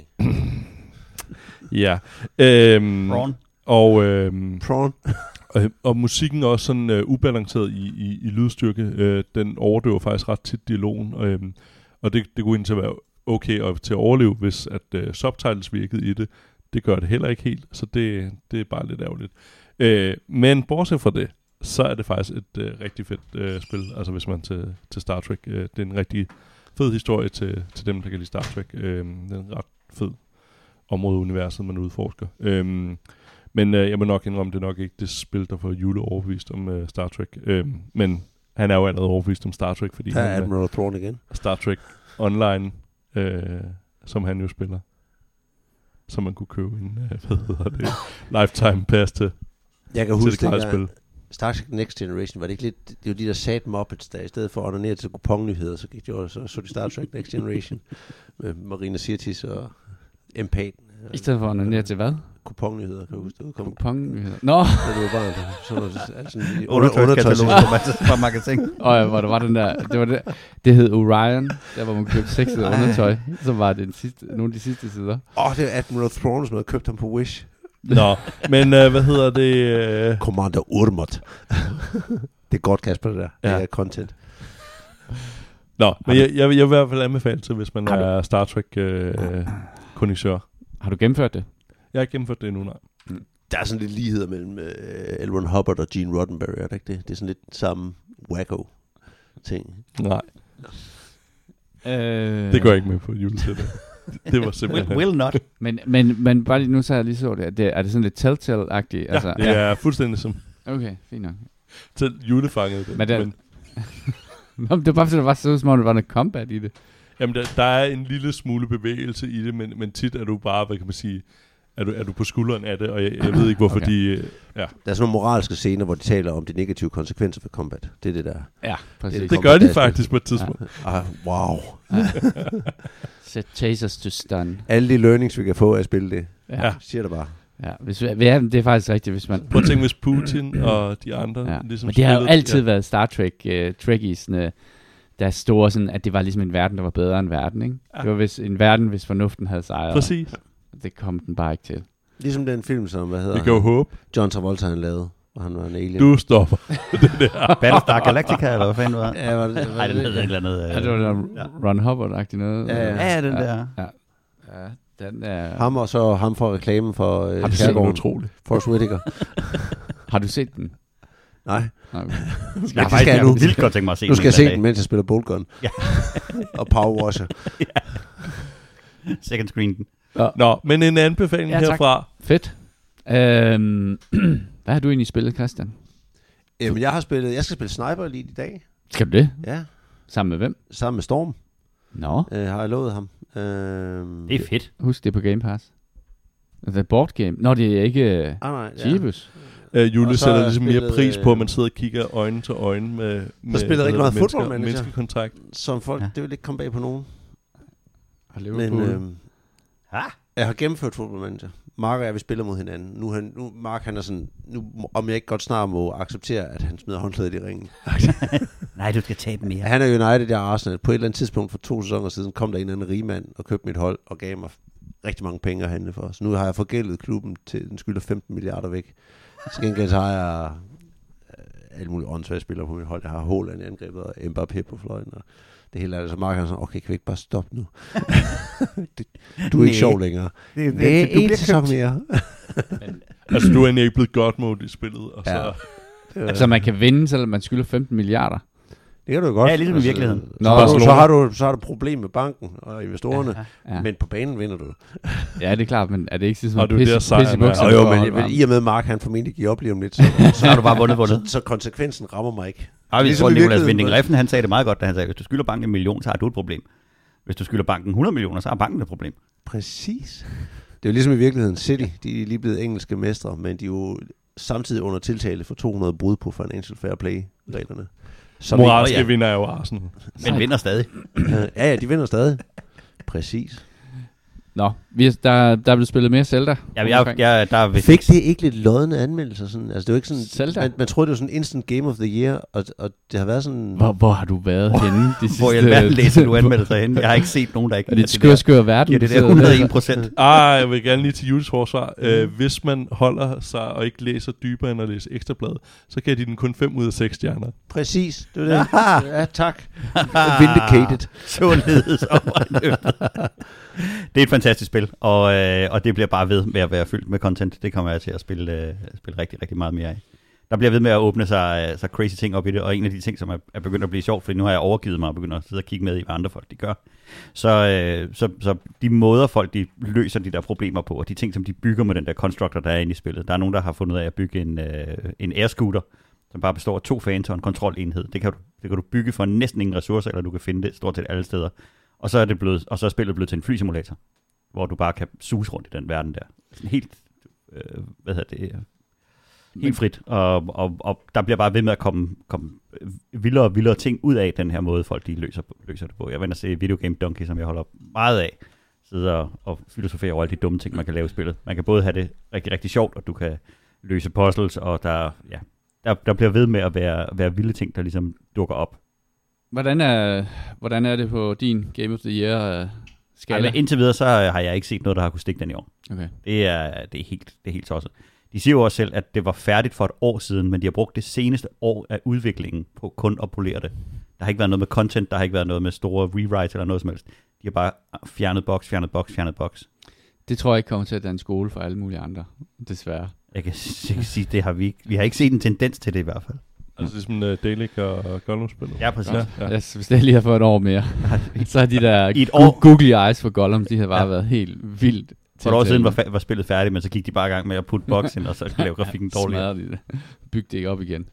Ja. Øhm, Ron. og, øhm, Prawn? og, og musikken er også sådan øh, ubalanceret i, i, i lydstyrke. Øh, den overdøver faktisk ret tit dialogen. Øh, og det, det kunne egentlig være okay og til at overleve, hvis at øh, subtitles virkede i det. Det gør det heller ikke helt, så det, det er bare lidt ærgerligt. Øh, men bortset fra det, så er det faktisk et øh, rigtig fedt øh, spil. Altså hvis man til, til Star Trek. Øh, det er en rigtig fed historie til, til dem, der kan lide Star Trek. Øh, det er en ret fed område universet, man udforsker. Øhm, men øh, jeg må nok indrømme, det er nok ikke det spil, der får Jule overbevist om øh, Star Trek. Øhm, men han er jo allerede overbevist om Star Trek, fordi Der er han Admiral Thrawn igen. er Star Trek Online, øh, som han jo spiller. Som man kunne købe en, øh, hvad hedder det, lifetime pass til, Jeg kan til huske det gratis det spil. Star Trek Next Generation, var det ikke lidt, det var de der sad Muppets, der i stedet for at ordinere til kuponnyheder, så gik de over, så så de Star Trek Next Generation med Marina Sirtis og Empaten. I stedet for at ned til hvad? Kuponnyheder, kan du huske, det udkom. Kupon-nyheder. Nå, Ja, det var bare så var det altså en Undertøjskatalog undertøjs. fra magasin. og ja, hvor der var den der, det var det, det hed Orion, der hvor man købte sexet undertøj, så var det den sidste, nogle af de sidste sider. Åh, oh, det er Admiral Thrawn, som havde købt ham på Wish. Nå, men øh, hvad hedder det? Øh, Commander Urmot. Det er godt, Kasper, det der. Ja. Det er content. Nå, men jeg, jeg, vil- jeg vil i hvert fald anbefale til, hvis man Har du- er Star Trek øh, kondisør. Har du gennemført det? Jeg har ikke gennemført det endnu, nej. Der er sådan lidt ligheder mellem uh, L. Ron Hubbard og Gene Roddenberry, er det ikke det? Det er sådan lidt samme wacko ting. Nej, Øh, det går jeg ikke med på julesættet. Det var simpelthen... Will, will not. Men, men, men bare lige nu, så har jeg lige så det. Er det, er det sådan lidt Telltale-agtigt? Ja, altså, det er fuldstændig som Okay, fint nok. til julefanget. Men det- Nå, men det var bare, fordi der var så som om, der var noget combat i det. Jamen, der, der er en lille smule bevægelse i det, men, men tit er du bare, hvad kan man sige, er du, er du på skulderen af det, og jeg, jeg ved ikke, hvorfor Okay. de... øh, Ja, Der er sådan nogle moralske scener, hvor de taler om de negative konsekvenser ved combat. Det er det der. Ja, præcis. Det det gør de faktisk på et tidspunkt. Ah, wow. Set chasers to stun. Alle de learnings, vi kan få af at spille det. Ja, Ja. Siger det bare. ja. Hvis, vi- ja det er faktisk rigtigt, hvis man... Prøv at tænke, hvis Putin og de andre Ja. ligesom Men det har jo spillede- altid ja. været Star Trek, uh, Trekkiesne, der er store sådan, at det var ligesom en verden, der var bedre end verden, ikke? Ja. Det var hvis, en verden, hvis fornuften havde sejret. Præcis. Det kom den bare ikke til. Ligesom den film, som, hvad hedder Vi kan jo han? håbe. John Travolta, han lavede, hvor han var en alien. Du stopper. det der. Battlestar Galactica, eller hvad fanden var det? Ja, var det, var Nej, den det, hed et eller andet. Ja, det var der ja. Ron Hubbard-agtigt noget. Ja, ja. Ja, den der. Ja, den er... ham og så ham for reklamen for øh, Har du set Det er Skærgården. utroligt. Forrest Whitaker. Har du set den? Nej, Nå, okay. Jeg det har skal faktisk jeg nu. vildt godt tænke mig at se nu skal jeg den se en den, mens jeg spiller Boltgun. Ja. og Power Washer. dag. Second screen den. Nå. Nå, men en anbefaling Ja, tak. herfra. Fedt. Øhm, hvad har du egentlig spillet, Christian? Jamen, jeg har spillet, jeg skal spille Sniper Elite i dag. Skal du det? Ja, Sammen med hvem? sammen med Storm, Nå, øh, har jeg lovet ham. Øhm, Det er fedt. husk det er på Game Pass. The board game. Nå, det er ikke uh, Ah, nej, ja. Jeebus. Uh, Julie Og så sætter har ligesom jeg mere spillet, pris på, øh, at man sidder og kigger øjne til øjne med, med spiller rigtig hvad meget hedder Football mennesker- Manager. menneskekontakt. Som folk, Ja. ja. det vil ikke komme bag på nogen. Og Men Liverpool. øhm, Ha? jeg har gennemført Football Manager. Mark og jeg, vi spiller mod hinanden. Nu, er han, nu Mark, han er sådan, nu, må- om jeg ikke godt snart må acceptere, at han smider håndklædet i ringen. Nej, du skal tabe mere. Han er United, jeg er Arsenal. På et eller andet tidspunkt for to sæsoner siden, kom der en eller anden rigmand og købte mit hold og gav mig rigtig mange penge at handle for. Så nu har jeg forgældet klubben til, den skylder femten milliarder væk. Så gengæld så har jeg øh, alle mulige åndssvage spillere på mit hold. Jeg har Haaland i angrebet og Mbappé på fløjen. Og det hele er det. Så Mark han sådan, okay, kan vi ikke bare stoppe nu? det, du er ikke Næh. sjov længere. Det, det, Nej, du en bliver sæson købt. mere. Altså, du er egentlig ikke blevet god mode i spillet, og så... Ja. Ja. Altså, man kan vinde, selvom man skylder femten milliarder. Det kan du jo godt. Ja, ligesom i Altså, virkeligheden. Så, Nå, har du, så, Barcelona. har du, så har du problem med banken og investorerne, Ja. Ja, men på banen vinder du. ja det er klart, men er det ikke sådan, Og at det er pisse, der sejren pisse i er. bukserne Jo, jo, for at men, holde men varmen? i og med Mark, han formentlig giver op lige om lidt, så, Så har du bare vundet, vundet. så, så konsekvensen rammer mig ikke. Ej, vi Ligesom tror, i Nicolas virkeligheden, Winding hvor- Refn, han sagde det meget godt, da han sagde, hvis du skylder banken en million, så har du et problem. Hvis du skylder banken hundrede millioner, så har banken et problem. Præcis. Det er jo ligesom i virkeligheden City. De er lige blevet engelske mestre, men de er jo samtidig under tiltale for to hundrede brud på Financial Fair Play-reglerne. Som Moralske ja. ja. vinder er jo Arsenal. Men vinder stadig. ja, ja, de vinder stadig. Præcis. Nå, vi er, der, der er blevet spillet mere Zelda. Ja, jeg, jeg, der er vist Fik det ikke lidt lodne anmeldelser? Sådan? Altså, det var ikke sådan, Zelda? man, man troede, det var sådan instant game of the year, og, og det har været sådan... Hvor, hvor har du været henne de sidste... hvor i alverden læser du anmeldelser henne. Jeg har ikke set nogen, der ikke Er det et skør, skør verden? Ja, det du er sidder og hundrede og en læser? procent. Ah, jeg vil gerne lige til Jules forsvar. Uh, hvis man holder sig og ikke læser dybere end at læse Ekstrablad, så kan de den kun fem ud af seks stjerner. Præcis, det var det. Ja, tak. Vindicated. Således overløbet. Det er et fantastisk spil, og, øh, og det bliver bare ved med at være fyldt med content. Det kommer jeg til at spille, øh, spille rigtig, rigtig meget mere af. Der bliver ved med at åbne sig, øh, sig crazy ting op i det, og en af de ting, som er, er begyndt at blive sjovt, fordi nu har jeg overgivet mig og begyndt at sidde og kigge med i, hvad andre folk de gør. Så, øh, så, så de måder folk, de løser de der problemer på, og de ting, som de bygger med den der constructor, der er inde i spillet. Der er nogen, der har fundet ud af at bygge en, øh, en airscooter, som bare består af to fans og en kontrolenhed. Det kan, du, det kan du bygge for næsten ingen ressourcer, eller du kan finde det stort set alle steder. Og så er det blevet, og så er spillet blevet til en flysimulator, hvor du bare kan suse rundt i den verden der. Sådan helt, øh, hvad hedder det, helt frit. Og, og, og der bliver bare ved med at komme, komme vildere og vildere ting ud af den her måde, folk de løser, løser det på. Jeg vender se Video Game Donkey, som jeg holder meget af, sidder og, og filosoferer over alle de dumme ting, man kan lave i spillet. Man kan både have det rigtig, rigtig sjovt, og du kan løse puzzles, og der, ja, der, der bliver ved med at være, være vilde ting, der ligesom dukker op. Hvordan er, hvordan er det på din Game of the Year uh, skala? Ej, men indtil videre, så har jeg ikke set noget, der har kunne stikke den i år. Okay. Det er, det er helt, det er helt tosset. De siger jo også selv, at det var færdigt for et år siden, men de har brugt det seneste år af udviklingen på kun at polere det. Der har ikke været noget med content, der har ikke været noget med store rewrites eller noget som helst. De har bare fjernet box, fjernet box, fjernet box. Det tror jeg ikke kommer til at danne skole for alle mulige andre, desværre. Jeg kan, jeg kan sige, det har vi ikke. Vi har ikke set en tendens til det i hvert fald. Altså ligesom uh, Dalek og Gollum-spillet. Ja, præcis. Ja, ja. Altså, hvis det lige har fået et år mere, så har de der I et gu- år- googly eyes for Gollum, de har bare Ja. været helt vildt. For et år siden var, fa- var spillet færdigt, men så gik de bare i gang med at putte box ind, og så lave grafikken dårligere. Smadrede de det. Byg det ikke op igen.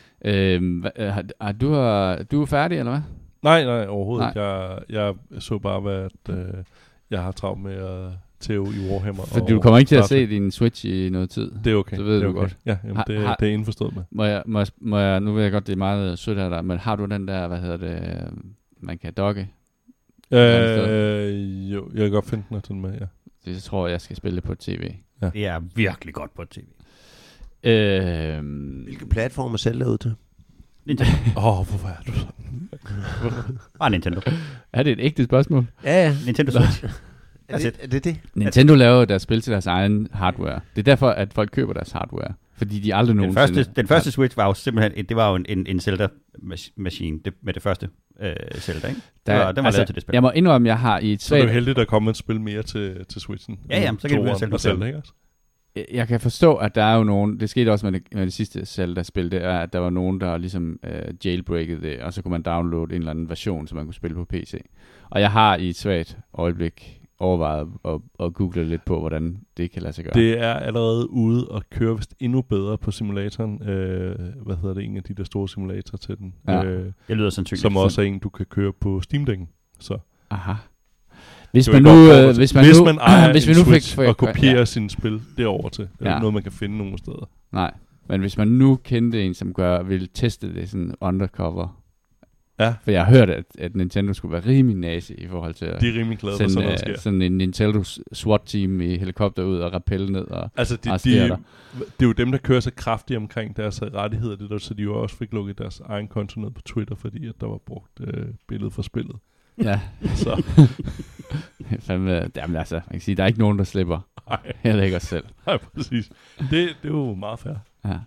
Øhm, hva, har, har, du, har, du er færdig, eller hvad? Nej, nej, overhovedet Nej. ikke. Jeg, jeg så bare, hvad at, øh, jeg har travlt med at tæve i Warhammer. Fordi og du kommer ikke til at starte. se din Switch i noget tid. Det er okay. Det ved det er du okay. godt. Ja, jamen, Har- det, har- det er indforstået med. Må jeg, må, jeg, må jeg, nu ved jeg godt, det er meget sødt af dig, men har du den der, hvad hedder det, øh, man kan dogge? Øh, jo, jeg kan godt finde den og tage den med, ja. Det tror jeg, jeg skal spille det på tv. Det er virkelig godt på tv. Øhm, Hvilke platformer sælger ud til? Nintendo. Åh, oh, hvorfor er du sådan? Bare Nintendo. er det et ægte spørgsmål? Ja, ja. Nintendo Switch. Er det er det? det? Nintendo laver deres spil til deres egen hardware. Det er derfor, at folk køber deres hardware. Fordi de aldrig Den nogensinde... første, den første Switch var jo simpelthen, det var jo en, en, en Zelda-maskine det, med det første øh, Zelda, ikke? Der, Det var, den var altså, lavet til det spil. Jeg må indrømme, at jeg har i et Så er det svagt... jo heldigt, at der kommer et spil mere til, til Switchen. Ja, ja, så kan du begynde at sælge og dem. Zelda, ikke også? Jeg kan forstå, at der er jo nogen... Det skete også med det, med det sidste Zelda-spil, det er, at der var nogen, der ligesom uh, jailbreakede det, og så kunne man downloade en eller anden version, som man kunne spille på P C. Og jeg har i et svagt øjeblik overvejet at, at google lidt på, hvordan det kan lade sig gøre. Det er allerede ude og køre vist endnu bedre på simulatoren. Øh, hvad hedder det? En af de der store simulatorer til den. Ja. Øh, Det lyder sandsynligt. som også er en, du kan køre på Steam-dækken. Så Aha. Hvis det man er nu, godt øh, forberedt. hvis man hvis nu, man ejer hvis en vi nu fik, Switch fik og kopierer ja. sine spil derover til, det er Ja. ja. noget, man kan finde nogle steder. Nej, men hvis man nu kendte en, som gør, vil teste det sådan undercover. Ja. For jeg har hørt, at, at Nintendo skulle være rimelig nazi i forhold til at De er rimelig glade for sende sådan noget uh, sker. sådan en Nintendo SWAT-team i helikopter ud og rappelle ned. Og Altså, de, de, arrestere dig. det er jo dem, der kører så kraftigt omkring deres rettigheder, det der, så de jo også fik lukket deres egen konto ned på Twitter, fordi at der var brugt øh, billede for spillet. Ja, Så fandme, jamen altså, man kan sige, der er ikke nogen, der slipper. nej, Heller ikke os selv. nej, præcis. Det, det er jo meget fair. Ja.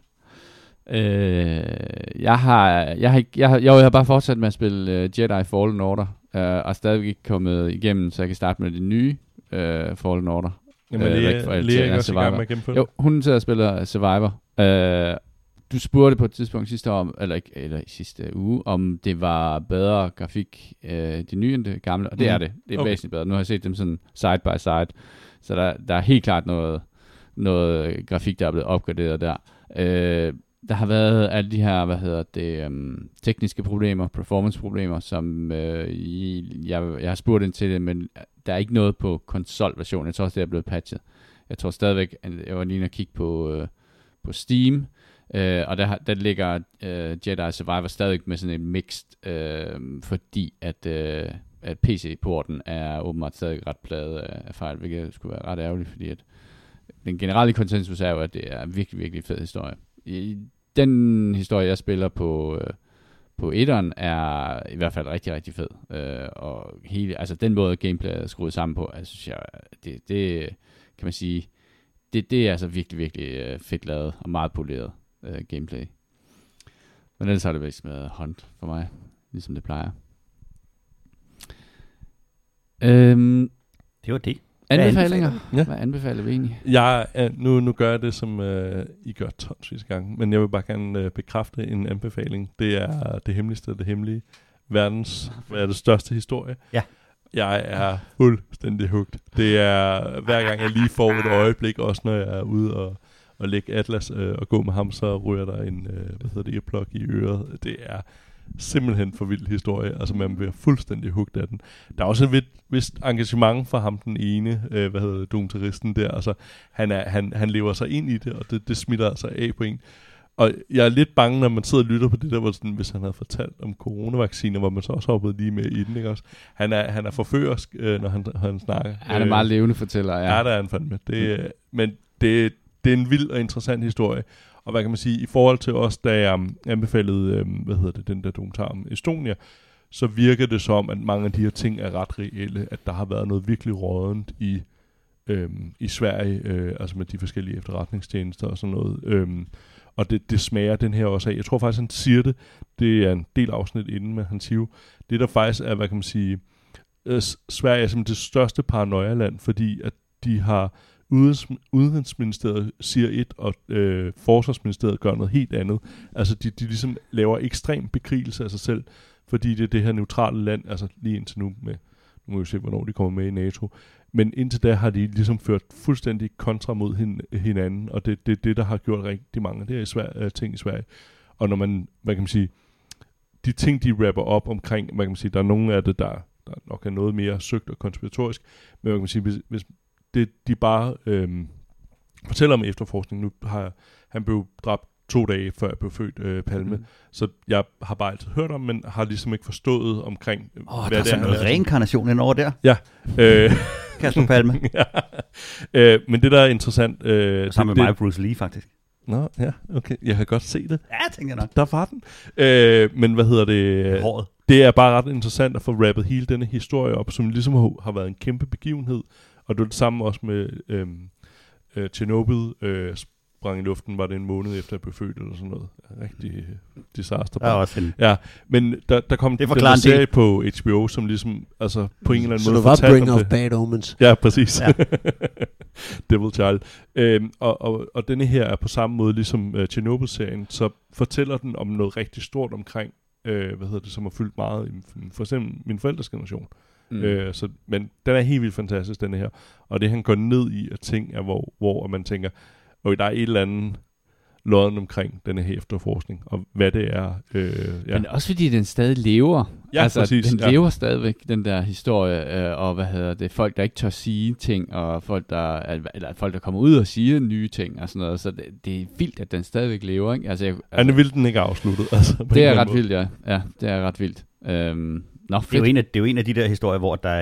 Øh, jeg har, jeg har, ikke, jeg har, jo, jeg har bare fortsat med at spille uh, Jedi Fallen Order, uh, og stadigvæk ikke kommet igennem, så jeg kan starte med det nye uh, Fallen Order. Jamen, Øh, Lea, væk fra Lea Altair er og også i gang Survivor. med at gennemføre Jo, hun sidder og spiller Survivor. Uh, du spurgte på et tidspunkt sidste år, eller ikke, eller i sidste uge, om det var bedre grafik, uh, de nye end det gamle, og det Mhm. er det. Det er Okay. væsentligt bedre. Nu har jeg set dem sådan side by side, så der, der er helt klart noget, noget grafik, der er blevet opgraderet der. Uh, der har været alle de her, hvad hedder det, um, tekniske problemer, performance-problemer, som uh, i, jeg, jeg har spurgt ind til det, men der er ikke noget på konsolversionen. Jeg tror også, det er blevet patchet. Jeg tror stadigvæk, jeg var lige at kigge på, uh, på Steam, uh, og der, der ligger uh, Jedi Survivor stadig med sådan en mixed, uh, fordi at, uh, at P C-porten er åbenbart stadig ret plaget af fejl, hvilket skulle være ret ærgerligt, fordi at den generelle konsensus er jo, at det er en virkelig, virkelig fed historie. I den historie, jeg spiller på, øh, på etteren, er i hvert fald rigtig, rigtig fed. Øh, og hele, altså den måde, gameplay er skruet sammen på, altså, synes jeg, det, det kan man sige, det, det er altså virkelig, virkelig øh, fedt lavet og meget poleret øh, gameplay. Men ellers har det vist med hånd for mig, ligesom det plejer. Øhm, Det var det. anbefalinger? Ja. Hvad anbefaler vi egentlig? Jeg er, nu, nu gør jeg det, som øh, I gør tonsvis gange, men jeg vil bare gerne øh, bekræfte en anbefaling. Det er Det Hemmeligste af det Hemmelige. Verdens hvad er det største historie. Ja. Jeg er fuldstændig hugt. Det er hver gang jeg lige får et øjeblik, også når jeg er ude og, og lægge Atlas øh, og gå med ham, så ryger der en øh, hvad hedder det, earplug i øret. Det er simpelthen for vild historie. Altså man bliver fuldstændig hugt af den. Der er også et vist, vist engagement for ham, den ene, øh, hvad hedder det, doomterroristen der. Altså han, er, han, han lever sig ind i det, og det, det smitter altså af på en. Og jeg er lidt bange, når man sidder og lytter på det der, hvor sådan, hvis han havde fortalt om coronavacciner, hvor man så også hoppede lige med i den, ikke også? Han er, han er forførersk, øh, når han, han snakker. Han er meget levende fortæller, ja. Ja, der er han fandme. Det, mm. Men det, det er en vild og interessant historie. Og hvad kan man sige, i forhold til os, da jeg um, anbefalede, øh, hvad hedder det, den der dokumentar om Estonia, så virker det som, at mange af de her ting er ret reelle, at der har været noget virkelig rådent i, øh, i Sverige, øh, altså med de forskellige efterretningstjenester og sådan noget. Øh, og det, det smager den her også af. Jeg tror faktisk, han siger det. Det er en del afsnit inden, men han siger jo, det der faktisk er, hvad kan man sige, øh, Sverige er simpelthen det største paranoia-land, fordi at de har Udenrigsministeriet siger et, og øh, Forsvarsministeriet gør noget helt andet. Altså de, de ligesom laver ekstrem bekrigelse af sig selv, fordi det er det her neutrale land, altså lige indtil nu med, nu må vi se, hvornår de kommer med i NATO, men indtil da har de ligesom ført fuldstændig kontra mod hin, hinanden, og det er det, det, der har gjort rigtig mange af det her i Sverige, ting i Sverige. Og når man, hvad kan man sige, de ting, de rapper op omkring, hvad kan man sige, der er nogle af det, der, der nok er noget mere søgt og konspiratorisk, men hvad kan man sige, hvis, hvis det, de bare øhm, fortæller om efterforskning. Nu har han blev dræbt to dage før jeg blev født, øh, Palme. Mm. Så jeg har bare altid hørt om, men har ligesom ikke forstået omkring, Åh, oh, hvad der er det sådan noget reinkarnation ind over der. Ja. Øh, Kasper Palme. ja. øh, men det der er interessant... Øh, Sammen det, med mig Bruce Lee, faktisk. Nå, ja, okay. Jeg kan godt se det. Ja, tænker jeg nok. Der var den. Øh, men hvad hedder det? Håret. Det er bare ret interessant at få rappet hele denne historie op, som ligesom har været en kæmpe begivenhed. Og det er det samme også med øhm, øh, Chernobyl øh, sprang i luften, var det en måned efter jeg blev født, eller sådan noget. Rigtig øh, disaster. Der er også en... Ja, men der, der kom det den der serie på H B O, som ligesom, altså på en eller anden så måde fortalte Så Bring om of det. Bad Omens. Ja, præcis. Ja. Devil Child. Øhm, og, og, og denne her er på samme måde ligesom uh, Chernobyl-serien, så fortæller den om noget rigtig stort omkring, øh, hvad hedder det, som har fyldt meget i for eksempel min forældres generation. Mm. Øh, så, men den er helt vildt fantastisk, den her. Og det han går ned i af ting, er hvor, hvor man tænker, okay, der er et eller andet lodden omkring denne her efterforskning, og hvad det er. Øh, ja. Men også fordi den stadig lever. Ja, altså, præcis. Den ja. lever stadigvæk, den der historie, øh, og hvad hedder det, folk, der ikke tør sige ting, og folk, der, eller folk, der kommer ud og siger nye ting, og sådan noget. Så det, det er vildt, at den stadigvæk lever, ikke? Altså, jeg, altså, Han vil den ikke afsluttet. Altså, det er ret måde. vildt, ja. Ja, det er ret vildt. Øhm, nå, det, er jo en af, det er jo en af de der historier, hvor der er,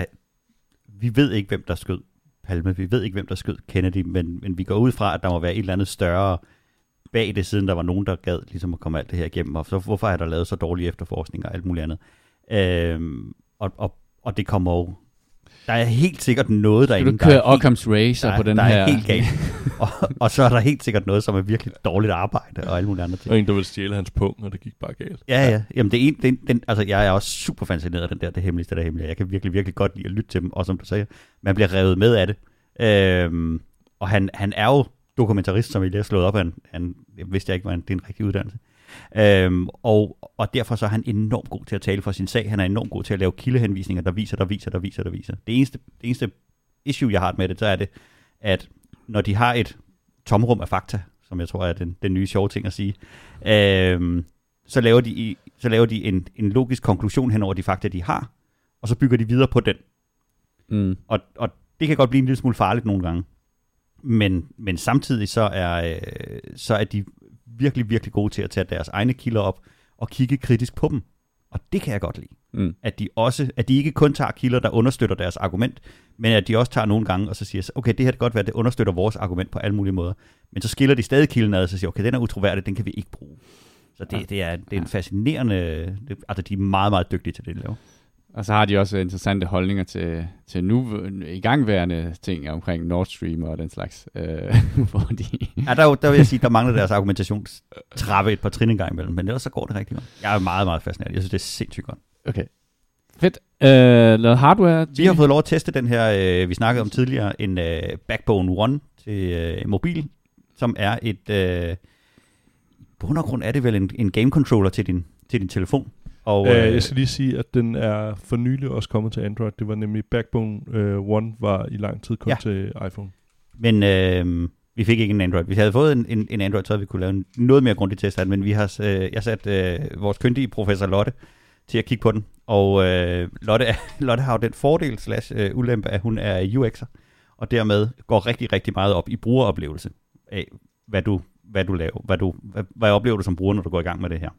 vi ved ikke, hvem der skød Palme, vi ved ikke, hvem der skød Kennedy, men, men vi går ud fra, at der må være et eller andet større bag det, siden der var nogen, der gad ligesom at komme alt det her igennem, og så hvorfor er der lavet så dårlige efterforskning og alt muligt andet. Øhm, og, og, og det kommer jo, der er helt sikkert noget derinde. Skal du køre Occam's Razor på den der her? Der er helt galt. og, og så er der helt sikkert noget, som er virkelig dårligt arbejde og alle mulige andre ting. Og en, der ville stjæle hans pung, og det gik bare galt. Ja, ja. Jamen, det er en, den, den, altså, jeg er også super fascineret af den der, det hemmeligste, det hemmelige. Jeg kan virkelig, virkelig godt lide at lytte til dem, og som du sagde, man bliver revet med af det. Øhm, og han, han er jo dokumentarist, som vi lige har slået op af. Han, han, jeg vidste jeg ikke, var det er en rigtig uddannelse. Øhm, og, og derfor så er han enormt god til at tale for sin sag. Han er enormt god til at lave kildehenvisninger, der viser, der viser, der viser, der viser. Det eneste, det eneste issue, jeg har med det, så er det, at når de har et tomrum af fakta, som jeg tror er den, den nye sjove ting at sige, øhm, så laver de, så laver de en, en logisk konklusion hen over de fakta, de har, og så bygger de videre på den. Mm. Og, og det kan godt blive en lille smule farligt nogle gange. Men, men samtidig så er, øh, så er de virkelig, virkelig gode til at tage deres egne kilder op og kigge kritisk på dem. Og det kan jeg godt lide. Mm. At de også, at de ikke kun tager kilder, der understøtter deres argument, men at de også tager nogle gange og så siger, okay, det her kan godt være, at det understøtter vores argument på alle mulige måder. Men så skiller de stadig kilden ad og så siger, okay, den er utroværdig, den kan vi ikke bruge. Så det, ja. det, er, det er en fascinerende, det, altså de er meget, meget dygtige til det, de laver. Og så har de også interessante holdninger til, til nu igangværende ting omkring Nord Stream og den slags. Øh, fordi... Ja, der, der vil jeg sige, der mangler deres argumentationstrappe et par trin en gang imellem, men ellers så går det rigtig godt. Jeg er meget, meget fascineret. Jeg synes, det er sindssygt godt. Okay. Fedt. Øh, noget hardware? Vi har fået lov at teste den her, øh, vi snakkede om tidligere, en øh, Backbone One til øh, mobil, som er et, øh, på undergrund er det vel en, en game controller til din, til din telefon. Og, øh, jeg skal lige sige, at den er for nylig også kommet til Android. Det var nemlig Backbone øh, One var i lang tid kun ja. til iPhone. Men øh, vi fik ikke en Android. Vi havde fået en, en, en Android, så havde vi kunne lave en noget mere grundig test af den, men vi har, øh, jeg sat øh, vores kyndige professor Lotte til at kigge på den. Og øh, Lotte, Lotte har jo den fordel slash øh, ulempe, at hun er U X'er, og dermed går rigtig, rigtig meget op i brugeroplevelse af, hvad du, hvad du laver, hvad, du, hvad, hvad oplever du som bruger, når du går i gang med det her.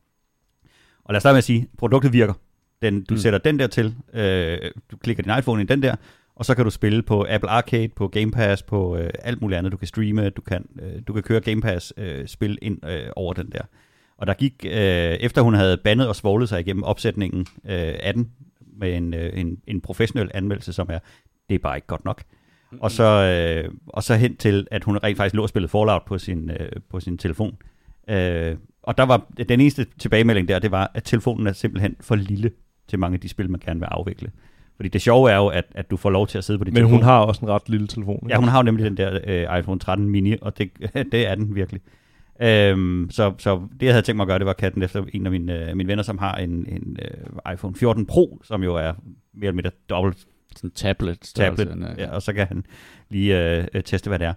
Og lad os starte med at sige, at produktet virker. Den, du mm. sætter den der til, øh, du klikker din iPhone i den der, og så kan du spille på Apple Arcade, på Game Pass, på øh, alt muligt andet. Du kan streame, du kan, øh, du kan køre Game Pass-spil øh, ind øh, over den der. Og der gik, øh, efter hun havde bandet og svoglet sig igennem opsætningen øh, af den, med en, øh, en, en professionel anmeldelse, som er, det er bare ikke godt nok. Mm-hmm. Og, så, øh, og så hen til, at hun rent faktisk lå og spillede Fallout på sin, øh, på sin telefon. Øh, og der var den eneste tilbagemelding der, det var, at telefonen er simpelthen for lille til mange af de spil, man gerne vil afvikle. Fordi det sjove er jo, at, at du får lov til at sidde på din Men telefon. hun har også en ret lille telefon. Ikke? Ja, hun har jo nemlig den der øh, iPhone tretten mini, og det, det er den virkelig. Øhm, så, så det, jeg havde tænkt mig at gøre, det var katten efter en af mine, øh, mine venner, som har en, en øh, iPhone fjorten Pro, som jo er mere eller mindre dobbelt sådan tablet. tablet ja, og så kan han lige øh, teste, hvad det er.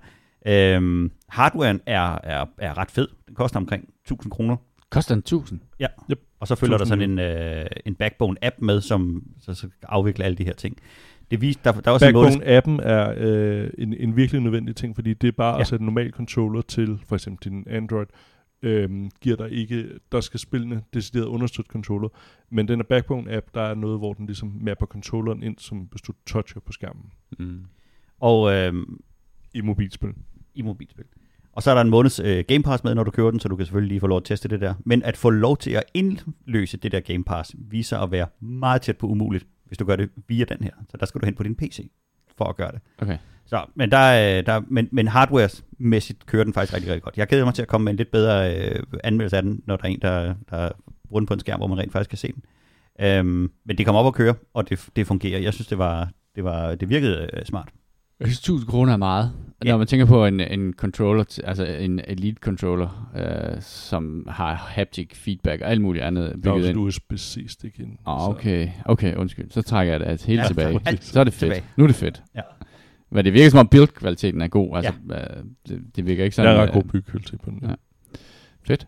Øhm, hardwaren er, er, er ret fed. Den koster omkring tusind kroner. Koster den tusind? Ja. Yep. Og så følger der sådan en, øh, en Backbone-app med, som så, så afvikler alle de her ting. Det vis, der, der er også Backbone-appen er øh, en, en virkelig nødvendig ting, fordi det er bare ja. at sætte en normal controller til, for eksempel din Android, øhm, giver dig ikke, der skal spillene decideret understøtte controller, men den er Backbone-app, der er noget, hvor den ligesom mapper controlleren ind, som hvis du toucher på skærmen. Mm. Og øhm, i mobilspil. I mobilspil. Og så er der en måneds øh, Game Pass med, når du kører den, så du kan selvfølgelig lige få lov at teste det der. Men at få lov til at indløse det der Game Pass, viser at være meget tæt på umuligt, hvis du gør det via den her. Så der skal du hen på din P C for at gøre det. Okay. Så, men, der, der, men, men hardware-mæssigt kører den faktisk rigtig, rigtig godt. Jeg glæder mig til at komme med en lidt bedre øh, anmeldelse af den, når der er en, der, der bruger den på en skærm, hvor man rent faktisk kan se den. Øhm, men det kommer op at køre, og det, det fungerer. Jeg synes, det var det, var, det virkede øh, smart. Jeg synes, tusind kroner er meget. Ja. Når man tænker på en, en controller, t- altså en elite controller, øh, som har haptic feedback og alt muligt andet Der er bygget også ind. et U S B-C-stik ind. Ah, okay. Okay, undskyld. Så trækker jeg det altså helt Ja, tilbage. alt Så er det fedt. tilbage. Nu er det fedt. Ja. Men det virker som om build-kvaliteten er god. Altså, øh, det, det virker ikke Der sådan. er ret øh, god byggekvalitet på den. ja. Fedt.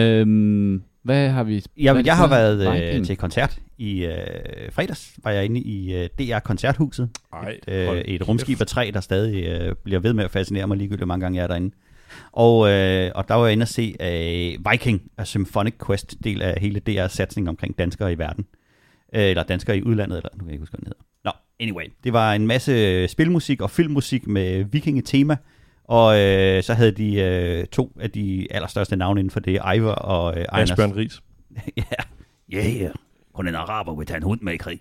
Øhm, hvad har vi... Jamen, hvad jeg har været øh, Viking? til koncert i øh, fredags. Var jeg inde i øh, D R Koncerthuset. Ej, Et, hold øh, et kæft. rumskib af træ, der stadig øh, bliver ved med at fascinere mig ligegyldigt, mange gange jeg er derinde. Og, øh, og der var jeg inde at se øh, Viking, A Symphonic Quest, del af hele D R's satsning omkring danskere i verden. Øh, eller danskere i udlandet, eller nu kan jeg ikke huske, hvad den hedder. Nå, anyway. Det var en masse spilmusik og filmmusik med vikingetema. Og øh, så havde de øh, to af de allerstørste navne inden for det, Eivor og øh, Einars. Asbjørn Ries. Ja, yeah, yeah. Kun en araber vil tage en hund med i krig.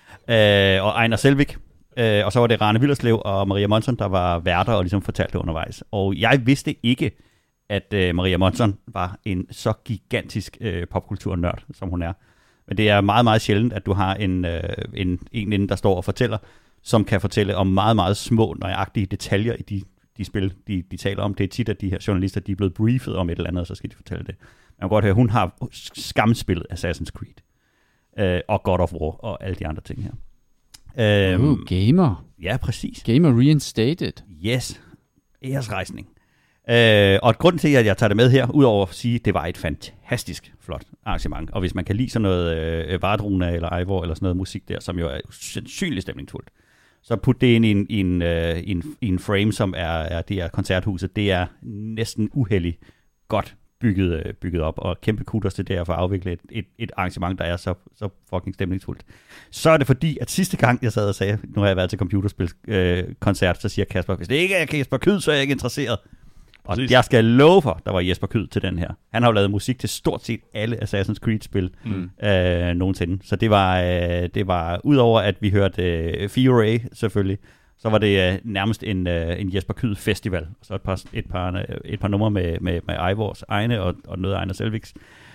Øh, og Einar Selvik. Øh, og så var det Rane Willerslev og Maria Monson, der var værter og ligesom fortalte undervejs. Og jeg vidste ikke, at øh, Maria Monson var en så gigantisk øh, popkulturnørd, som hun er. Men det er meget, meget sjældent, at du har en, øh, en, en inde, der står og fortæller, som kan fortælle om meget, meget små, nøjagtige detaljer i de, de spil, de, de taler om. Det er tit, at de her journalister, de er blevet briefet om et eller andet, og så skal de fortælle det. Man kan godt høre, at hun har skamspillet Assassin's Creed, øh, og God of War, og alle de andre ting her. Øhm, Uh, gamer. Ja, præcis. Gamer reinstated. Yes. Æresrejsning. Øh, og grunden til, at jeg tager det med her, udover at sige, at det var et fantastisk flot arrangement, og hvis man kan lide sådan noget øh, Vardruna eller Eivor eller sådan noget musik der, som jo er sandsynligt stemningsfuldt, så put det ind i en, i en, øh, i en, i en frame, som er, er det her koncerthuset. Det er næsten uheldigt godt bygget, bygget op, og kæmpe kudos til det at få afviklet et, et, et arrangement, der er så, så fucking stemningsfuldt. Så er det fordi, at sidste gang jeg sad og sagde, nu har jeg været til computerspilskoncert, øh, så siger Kasper, hvis det ikke er Jesper Kyd, så er jeg ikke interesseret. Og Præcis. jeg skal love for, der var Jesper Kyd til den her. Han har jo lavet musik til stort set alle Assassin's Creed-spil Mm. øh, nogensinde. Så det var, øh, det var udover at vi hørte øh, Fiore selvfølgelig, så var det øh, nærmest en, øh, en Jesper Kyd festival. Så et par, et par, et par numre med, med, med Eivors egne og, og noget af Einar Selviks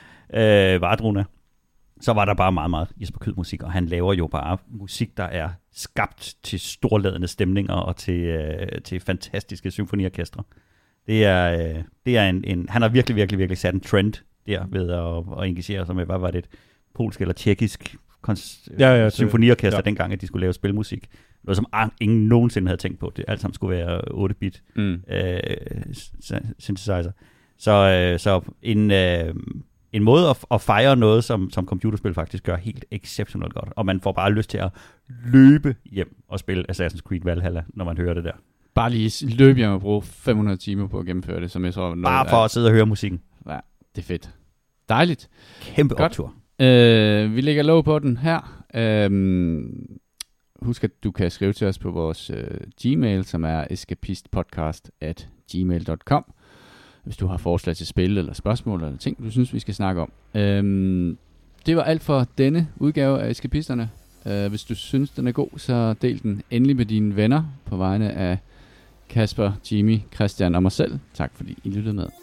øh, Vardruna. Så var der bare meget, meget Jesper Kyd musik, og han laver jo bare musik, der er skabt til storladende stemninger og til, øh, til fantastiske symfoniorkestre. Det er, øh, det er en, en, han har virkelig, virkelig, virkelig sat en trend der ved at, at engagere sig med, hvad var det, et polsk eller tjekkisk kons- Ja, ja, det- symfoniorkester ja. dengang, at de skulle lave spilmusik. Noget, som ingen nogensinde havde tænkt på. Det alt sammen skulle være otte bit Mm. øh, synthesizer. Så, øh, så en, øh, en måde at, at fejre noget, som, som computerspil faktisk gør helt exceptionelt godt. Og man får bare lyst til at løbe hjem og spille Assassin's Creed Valhalla, når man hører det der. Bare lige løb hjem og bruge fem hundrede timer på at gennemføre det, som jeg tror... Noget, Bare for at sidde og høre musikken. Ja, det er fedt. Dejligt. Kæmpe Godt. optur. Øh, vi lægger låg på den her. Øhm, husk, at du kan skrive til os på vores øh, Gmail, som er escapistpodcast at gmail punktum com, hvis du har forslag til spil eller spørgsmål eller ting, du synes, vi skal snakke om. Øhm, det var alt for denne udgave af Escapisterne. Øh, hvis du synes, den er god, så del den endelig med dine venner på vegne af Kasper, Jimmy, Christian og mig selv. Tak fordi I lyttede med.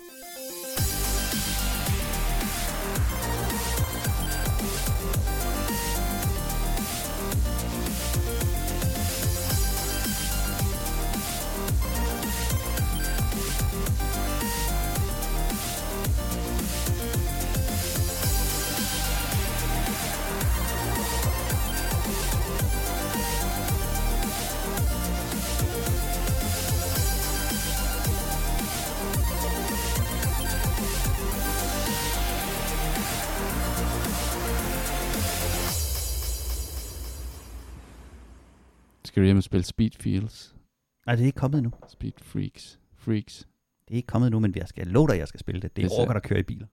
Skal du hjem og spille Speed Fields? Nej, det er ikke kommet nu. Speed Freaks. Freaks. Det er ikke kommet nu, men jeg skal love dig, at jeg skal spille det. Det Det er er orker, der kører i biler.